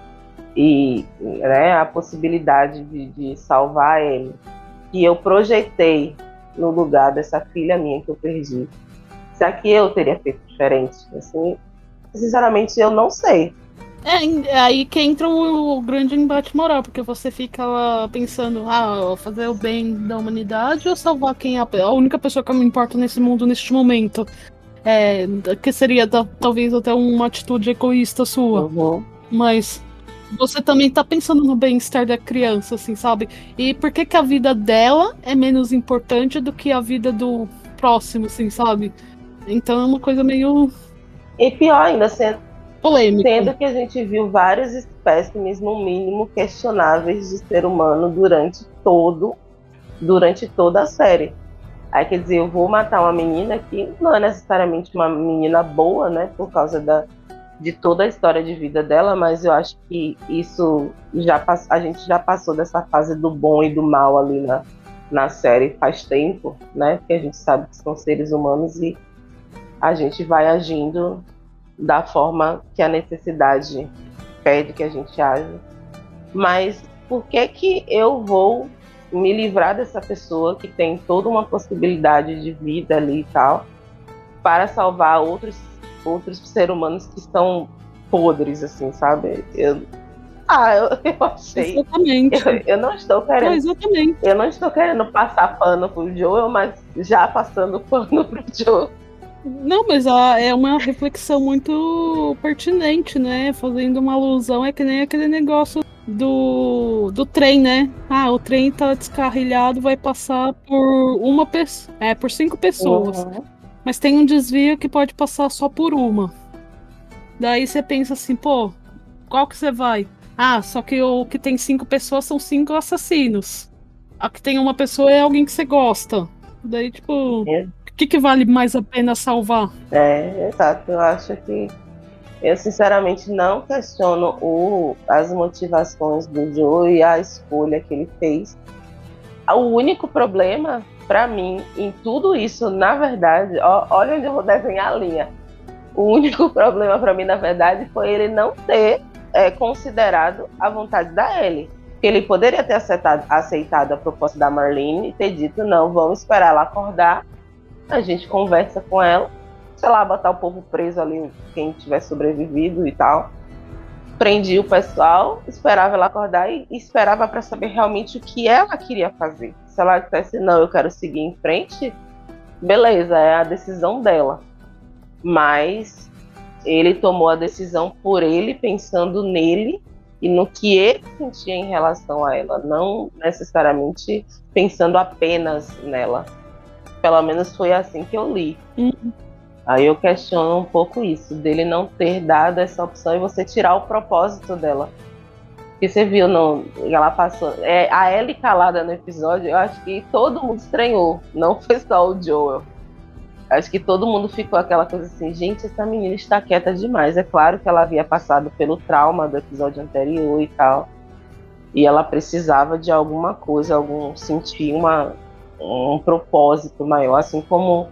e, né, a possibilidade de salvar ele, que eu projetei no lugar dessa filha minha que eu perdi, será que eu teria feito diferente? Assim, sinceramente, eu não sei. É aí que entra o grande embate moral, porque você fica lá pensando, fazer o bem da humanidade ou salvar quem é a única pessoa que me importa nesse mundo, neste momento. Que seria talvez até uma atitude egoísta sua. Uhum. Mas você também tá pensando no bem-estar da criança, assim, sabe? E por que a vida dela é menos importante do que a vida do próximo, assim, sabe? Então é uma coisa meio... E pior ainda, polêmica. Sendo que a gente viu vários espécimes, no mínimo, questionáveis de ser humano durante toda a série. Aí, quer dizer, eu vou matar uma menina que não é necessariamente uma menina boa, né? Por causa de toda a história de vida dela, mas eu acho que isso a gente já passou dessa fase do bom e do mal ali na série faz tempo, né? Porque a gente sabe que são seres humanos e a gente vai agindo da forma que a necessidade pede que a gente aja. Mas por que eu vou me livrar dessa pessoa que tem toda uma possibilidade de vida ali e tal, para salvar outros seres humanos que estão podres, assim, sabe? Eu achei. Exatamente. Eu não estou querendo. Exatamente. Eu não estou querendo passar pano pro Joel, mas já passando pano pro Joel. Não, mas é uma reflexão muito pertinente, né? Fazendo uma alusão, é que nem aquele negócio do trem, né? O trem tá descarrilhado, vai passar por uma pessoa. Por 5 pessoas. Uhum. Mas tem um desvio que pode passar só por uma. Daí você pensa assim, pô, qual que você vai? Só que o que tem 5 pessoas são 5 assassinos. A que tem uma pessoa é alguém que você gosta. Daí, tipo, o que vale mais a pena salvar? Exato. Eu acho que eu sinceramente não questiono as motivações do Joe e a escolha que ele fez. O único problema para mim em tudo isso, na verdade, olha onde eu vou desenhar a linha. O único problema para mim, na verdade, foi ele não ter considerado a vontade da Ellie. Ele poderia ter aceitado a proposta da Marlene e ter dito, não, vamos esperar ela acordar, a gente conversa com ela, sei lá, botar o povo preso ali, quem tiver sobrevivido e tal. Prendia o pessoal, esperava ela acordar e esperava para saber realmente o que ela queria fazer. Se ela dissesse, não, eu quero seguir em frente, beleza, é a decisão dela. Mas ele tomou a decisão por ele, pensando nele e no que ele sentia em relação a ela, não necessariamente pensando apenas nela. Pelo menos foi assim que eu li. Aí eu questiono um pouco isso, dele não ter dado essa opção e você tirar o propósito dela. Porque você viu, ela passou. A Ellie calada no episódio, eu acho que todo mundo estranhou, não foi só o Joel. Acho que todo mundo ficou aquela coisa assim, gente, essa menina está quieta demais. É claro que ela havia passado pelo trauma do episódio anterior e tal. E ela precisava de alguma coisa, sentir um propósito maior, assim como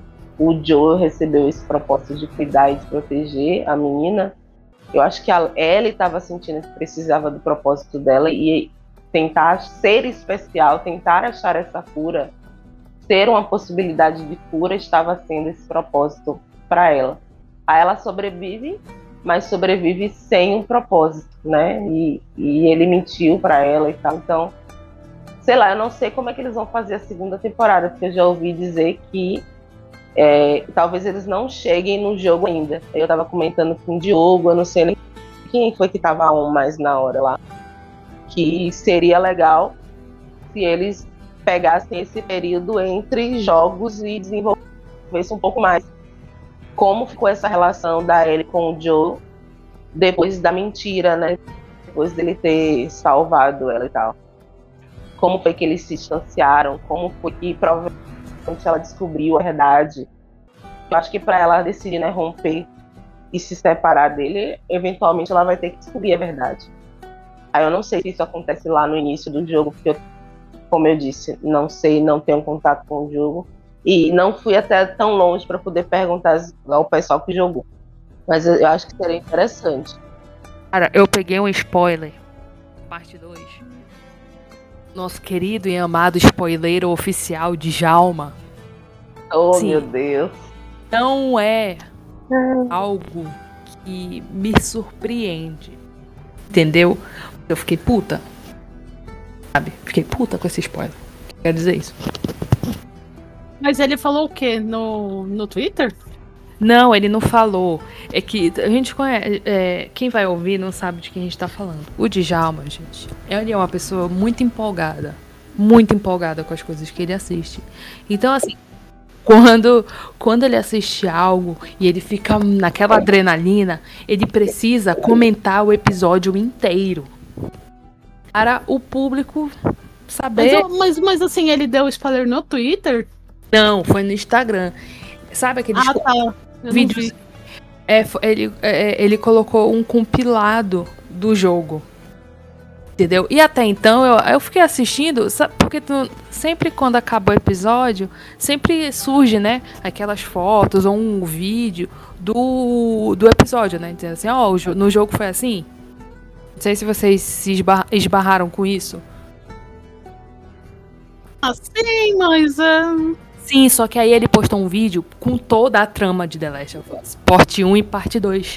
o Joe recebeu esse propósito de cuidar e de proteger a menina, eu acho que a Ellie estava sentindo que precisava do propósito dela e tentar ser especial, tentar achar essa cura, ser uma possibilidade de cura, estava sendo esse propósito para ela. Aí ela sobrevive, mas sobrevive sem um propósito, né? E ele mentiu para ela e tal. Então, sei lá, eu não sei como é que eles vão fazer a segunda temporada, porque eu já ouvi dizer que talvez eles não cheguem no jogo ainda. Eu tava comentando com o Diogo, eu não sei nem quem foi que tava mais na hora lá, que seria legal se eles pegassem esse período entre jogos e desenvolvessem um pouco mais como ficou essa relação da Ellie com o Joe depois da mentira, né? Depois dele ter salvado ela e tal. Como foi que eles se distanciaram, como foi que provavelmente ela descobriu a verdade. Eu acho que para ela decidir, né, romper e se separar dele, eventualmente ela vai ter que descobrir a verdade. Aí eu não sei se isso acontece lá no início do jogo, porque como eu disse, não sei, não tenho contato com o jogo e não fui até tão longe para poder perguntar ao pessoal que jogou. Mas eu acho que seria interessante. Cara, eu peguei um spoiler, parte 2. Nosso querido e amado spoileiro oficial de Djalma. Oh, sim. Meu Deus. Não é algo que me surpreende. Entendeu? Eu fiquei puta. Sabe? Fiquei puta com esse spoiler. Quer dizer isso. Mas ele falou o quê? No Twitter? Não, ele não falou. É que a gente conhece. Quem vai ouvir não sabe de quem a gente tá falando. O Djalma, gente, ele é uma pessoa muito empolgada. Muito empolgada com as coisas que ele assiste. Então, assim, quando ele assiste algo e ele fica naquela adrenalina, ele precisa comentar o episódio inteiro. Para o público saber. Mas assim, ele deu spoiler no Twitter? Não, foi no Instagram. Sabe aqueles vídeos? Ele colocou um compilado do jogo. Entendeu? E até então eu fiquei assistindo, sabe, porque sempre quando acaba o episódio, sempre surge, né, aquelas fotos ou um vídeo do episódio, né? Dizendo assim, no jogo foi assim. Não sei se vocês se esbarraram com isso. Sim, mas... Sim, só que aí ele postou um vídeo com toda a trama de The Last of Us. Parte 1 e parte 2.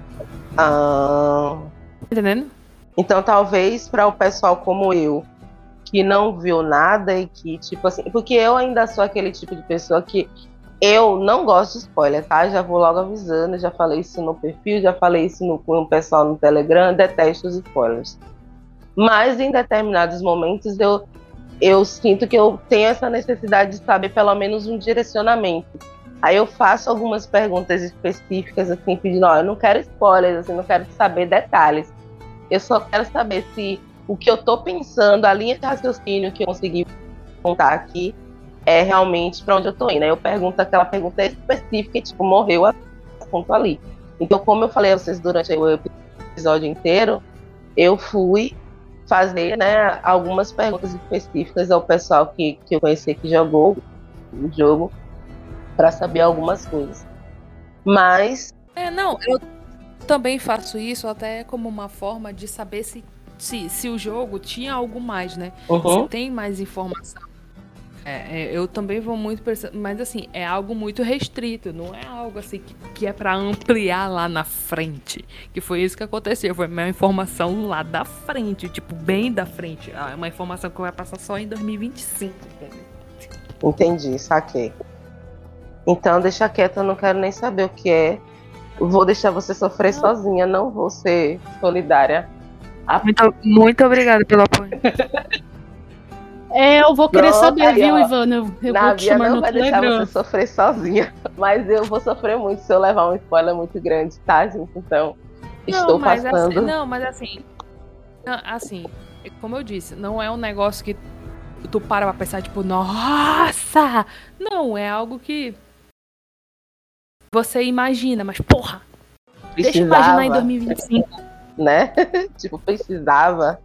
Entendendo? Então talvez para o pessoal como eu, que não viu nada e que, tipo assim... Porque eu ainda sou aquele tipo de pessoa que eu não gosto de spoiler, tá? Já vou logo avisando, já falei isso no perfil, já falei isso com o pessoal no Telegram, detesto os spoilers. Mas em determinados momentos eu sinto que eu tenho essa necessidade de saber pelo menos um direcionamento. Aí eu faço algumas perguntas específicas, assim, pedindo, eu não quero spoilers, assim, não quero saber detalhes. Eu só quero saber se o que eu tô pensando, a linha de raciocínio que eu consegui contar aqui, é realmente para onde eu tô indo. Aí eu pergunto aquela pergunta específica e, tipo, morreu o assunto ali. Então, como eu falei a vocês durante o episódio inteiro, eu fui fazer, né, algumas perguntas específicas ao pessoal que eu conheci que jogou o jogo para saber algumas coisas. Mas... eu também faço isso até como uma forma de saber se o jogo tinha algo mais, né? Uhum. Se tem mais informação. Eu também vou muito... Mas, assim, é algo muito restrito. Não é algo, assim, que é pra ampliar lá na frente. Que foi isso que aconteceu. Foi uma informação lá da frente. Tipo, bem da frente. É uma informação que vai passar só em 2025. Entendi, saquei. Então, deixa quieto. Eu não quero nem saber o que é. Vou deixar você sofrer sozinha. Não vou ser solidária. Muito obrigada pelo apoio. Eu vou querer saber, viu, Ivana? Eu vou te chamar no Telegram. Não vai deixar você sofrer sozinha, mas eu vou sofrer muito se eu levar um spoiler muito grande, tá, gente? Então, estou passando. Mas assim, como eu disse, não é um negócio que tu para pra pensar, tipo, nossa! Não, é algo que você imagina, mas porra! Deixa eu imaginar em 2025. Né? Tipo, precisava.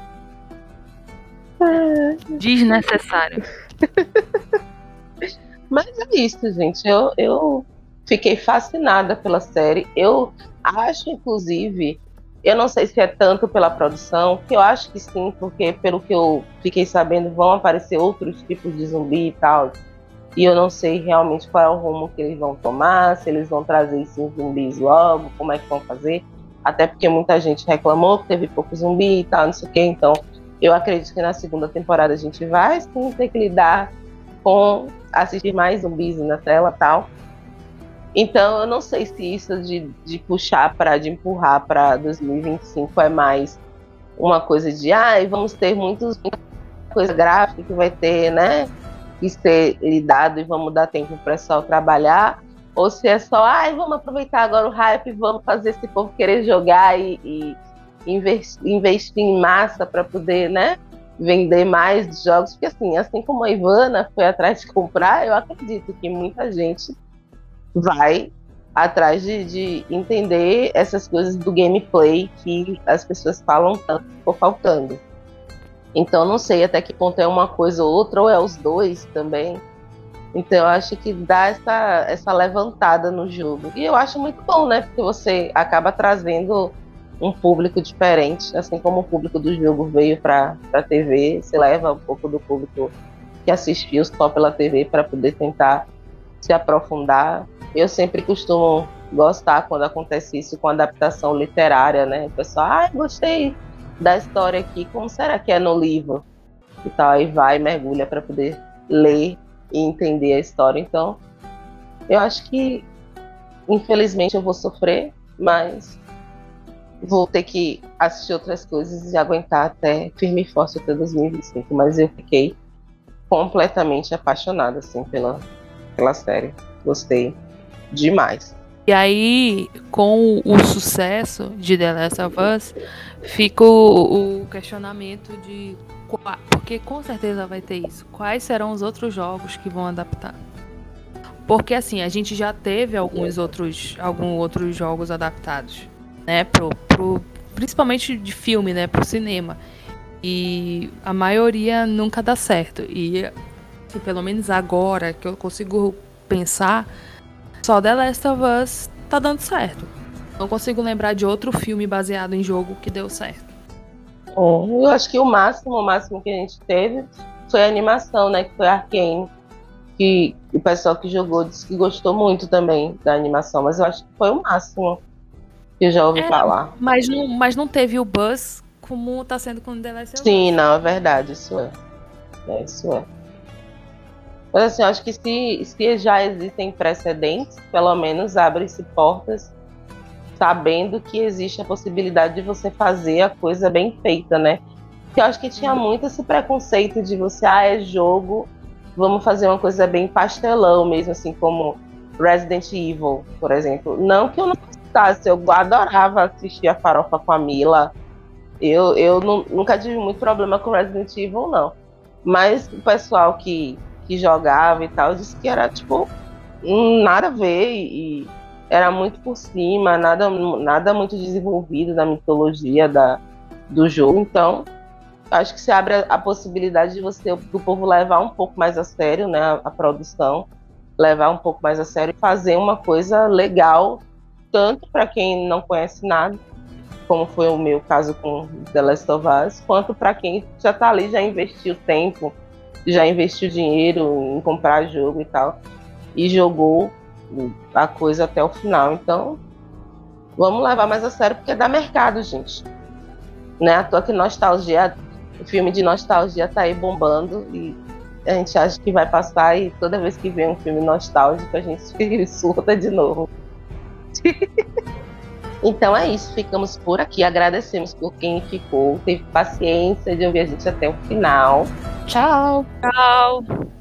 Desnecessário. Mas é isso, gente. Eu fiquei fascinada pela série. Eu acho, inclusive, eu não sei se é tanto pela produção, que eu acho que sim, porque pelo que eu fiquei sabendo, vão aparecer outros tipos de zumbi e tal. E eu não sei realmente qual é o rumo que eles vão tomar, se eles vão trazer esses zumbis logo, como é que vão fazer. Até porque muita gente reclamou que teve pouco zumbi e tal, não sei o quê. Então, eu acredito que na segunda temporada a gente vai sim ter que lidar com assistir mais zumbis na tela e tal. Então, eu não sei se isso de puxar de empurrar para 2025 é mais uma coisa de vamos ter muita coisa gráfica que vai ter, né? Que ser lidado e vamos dar tempo para o pessoal trabalhar, ou se é só, vamos aproveitar agora o hype e vamos fazer esse povo querer jogar e investir em massa para poder, né, vender mais jogos, porque assim como a Ivana foi atrás de comprar, eu acredito que muita gente vai atrás de entender essas coisas do gameplay que as pessoas falam tanto que ficou faltando. Então não sei até que ponto é uma coisa ou outra, ou é os dois também. Então eu acho que dá essa levantada no jogo. E eu acho muito bom, né? Porque você acaba trazendo um público diferente, assim como o público do jogo veio para a TV, você leva um pouco do público que assistiu só pela TV para poder tentar se aprofundar. Eu sempre costumo gostar quando acontece isso com adaptação literária, né? O pessoal, gostei da história aqui, como será que é no livro? E tal, aí vai, mergulha para poder ler e entender a história. Então, eu acho que, infelizmente, eu vou sofrer, mas vou ter que assistir outras coisas e aguentar até firme e forte até 2025. Mas eu fiquei completamente apaixonada, assim, pela série. Gostei demais. E aí, com o sucesso de The Last of Us, fica o questionamento de... Porque com certeza vai ter isso. Quais serão os outros jogos que vão adaptar? Porque assim, a gente já teve alguns outros jogos adaptados, né? Principalmente de filme, né? Pro cinema. E a maioria nunca dá certo. E pelo menos agora que eu consigo pensar, só The Last of Us tá dando certo. Não consigo lembrar de outro filme baseado em jogo que deu certo. Eu acho que o máximo que a gente teve foi a animação, né? Que foi a Arcane. Que o pessoal que jogou disse que gostou muito também da animação. Mas eu acho que foi o máximo que eu já ouvi falar. Mas não teve o buzz como tá sendo com The Last of Us. Sim, não, é verdade. Isso é. Isso é. Mas assim, eu acho que se já existem precedentes, pelo menos abre-se portas sabendo que existe a possibilidade de você fazer a coisa bem feita, né? Porque eu acho que tinha muito esse preconceito de você, é jogo, vamos fazer uma coisa bem pastelão mesmo, assim como Resident Evil, por exemplo. Não que eu não gostasse, eu adorava assistir a Farofa com a Mila. Eu nunca tive muito problema com Resident Evil, não. Mas o pessoal que jogava e tal, disse que era, tipo, nada a ver e era muito por cima, nada muito desenvolvido na mitologia do jogo. Então, acho que se abre a possibilidade do povo levar um pouco mais a sério, né, a produção, levar um pouco mais a sério e fazer uma coisa legal, tanto para quem não conhece nada, como foi o meu caso com The Last of Us, quanto para quem já tá ali, já investiu tempo, já investiu dinheiro em comprar jogo e tal, e jogou a coisa até o final. Então, vamos levar mais a sério, porque dá mercado, gente. Né? À toa que nostalgia, o filme de nostalgia tá aí bombando, e a gente acha que vai passar, e toda vez que vem um filme nostálgico, a gente surta de novo. Então é isso, ficamos por aqui. Agradecemos por quem ficou, teve paciência de ouvir a gente até o final. Tchau! Tchau!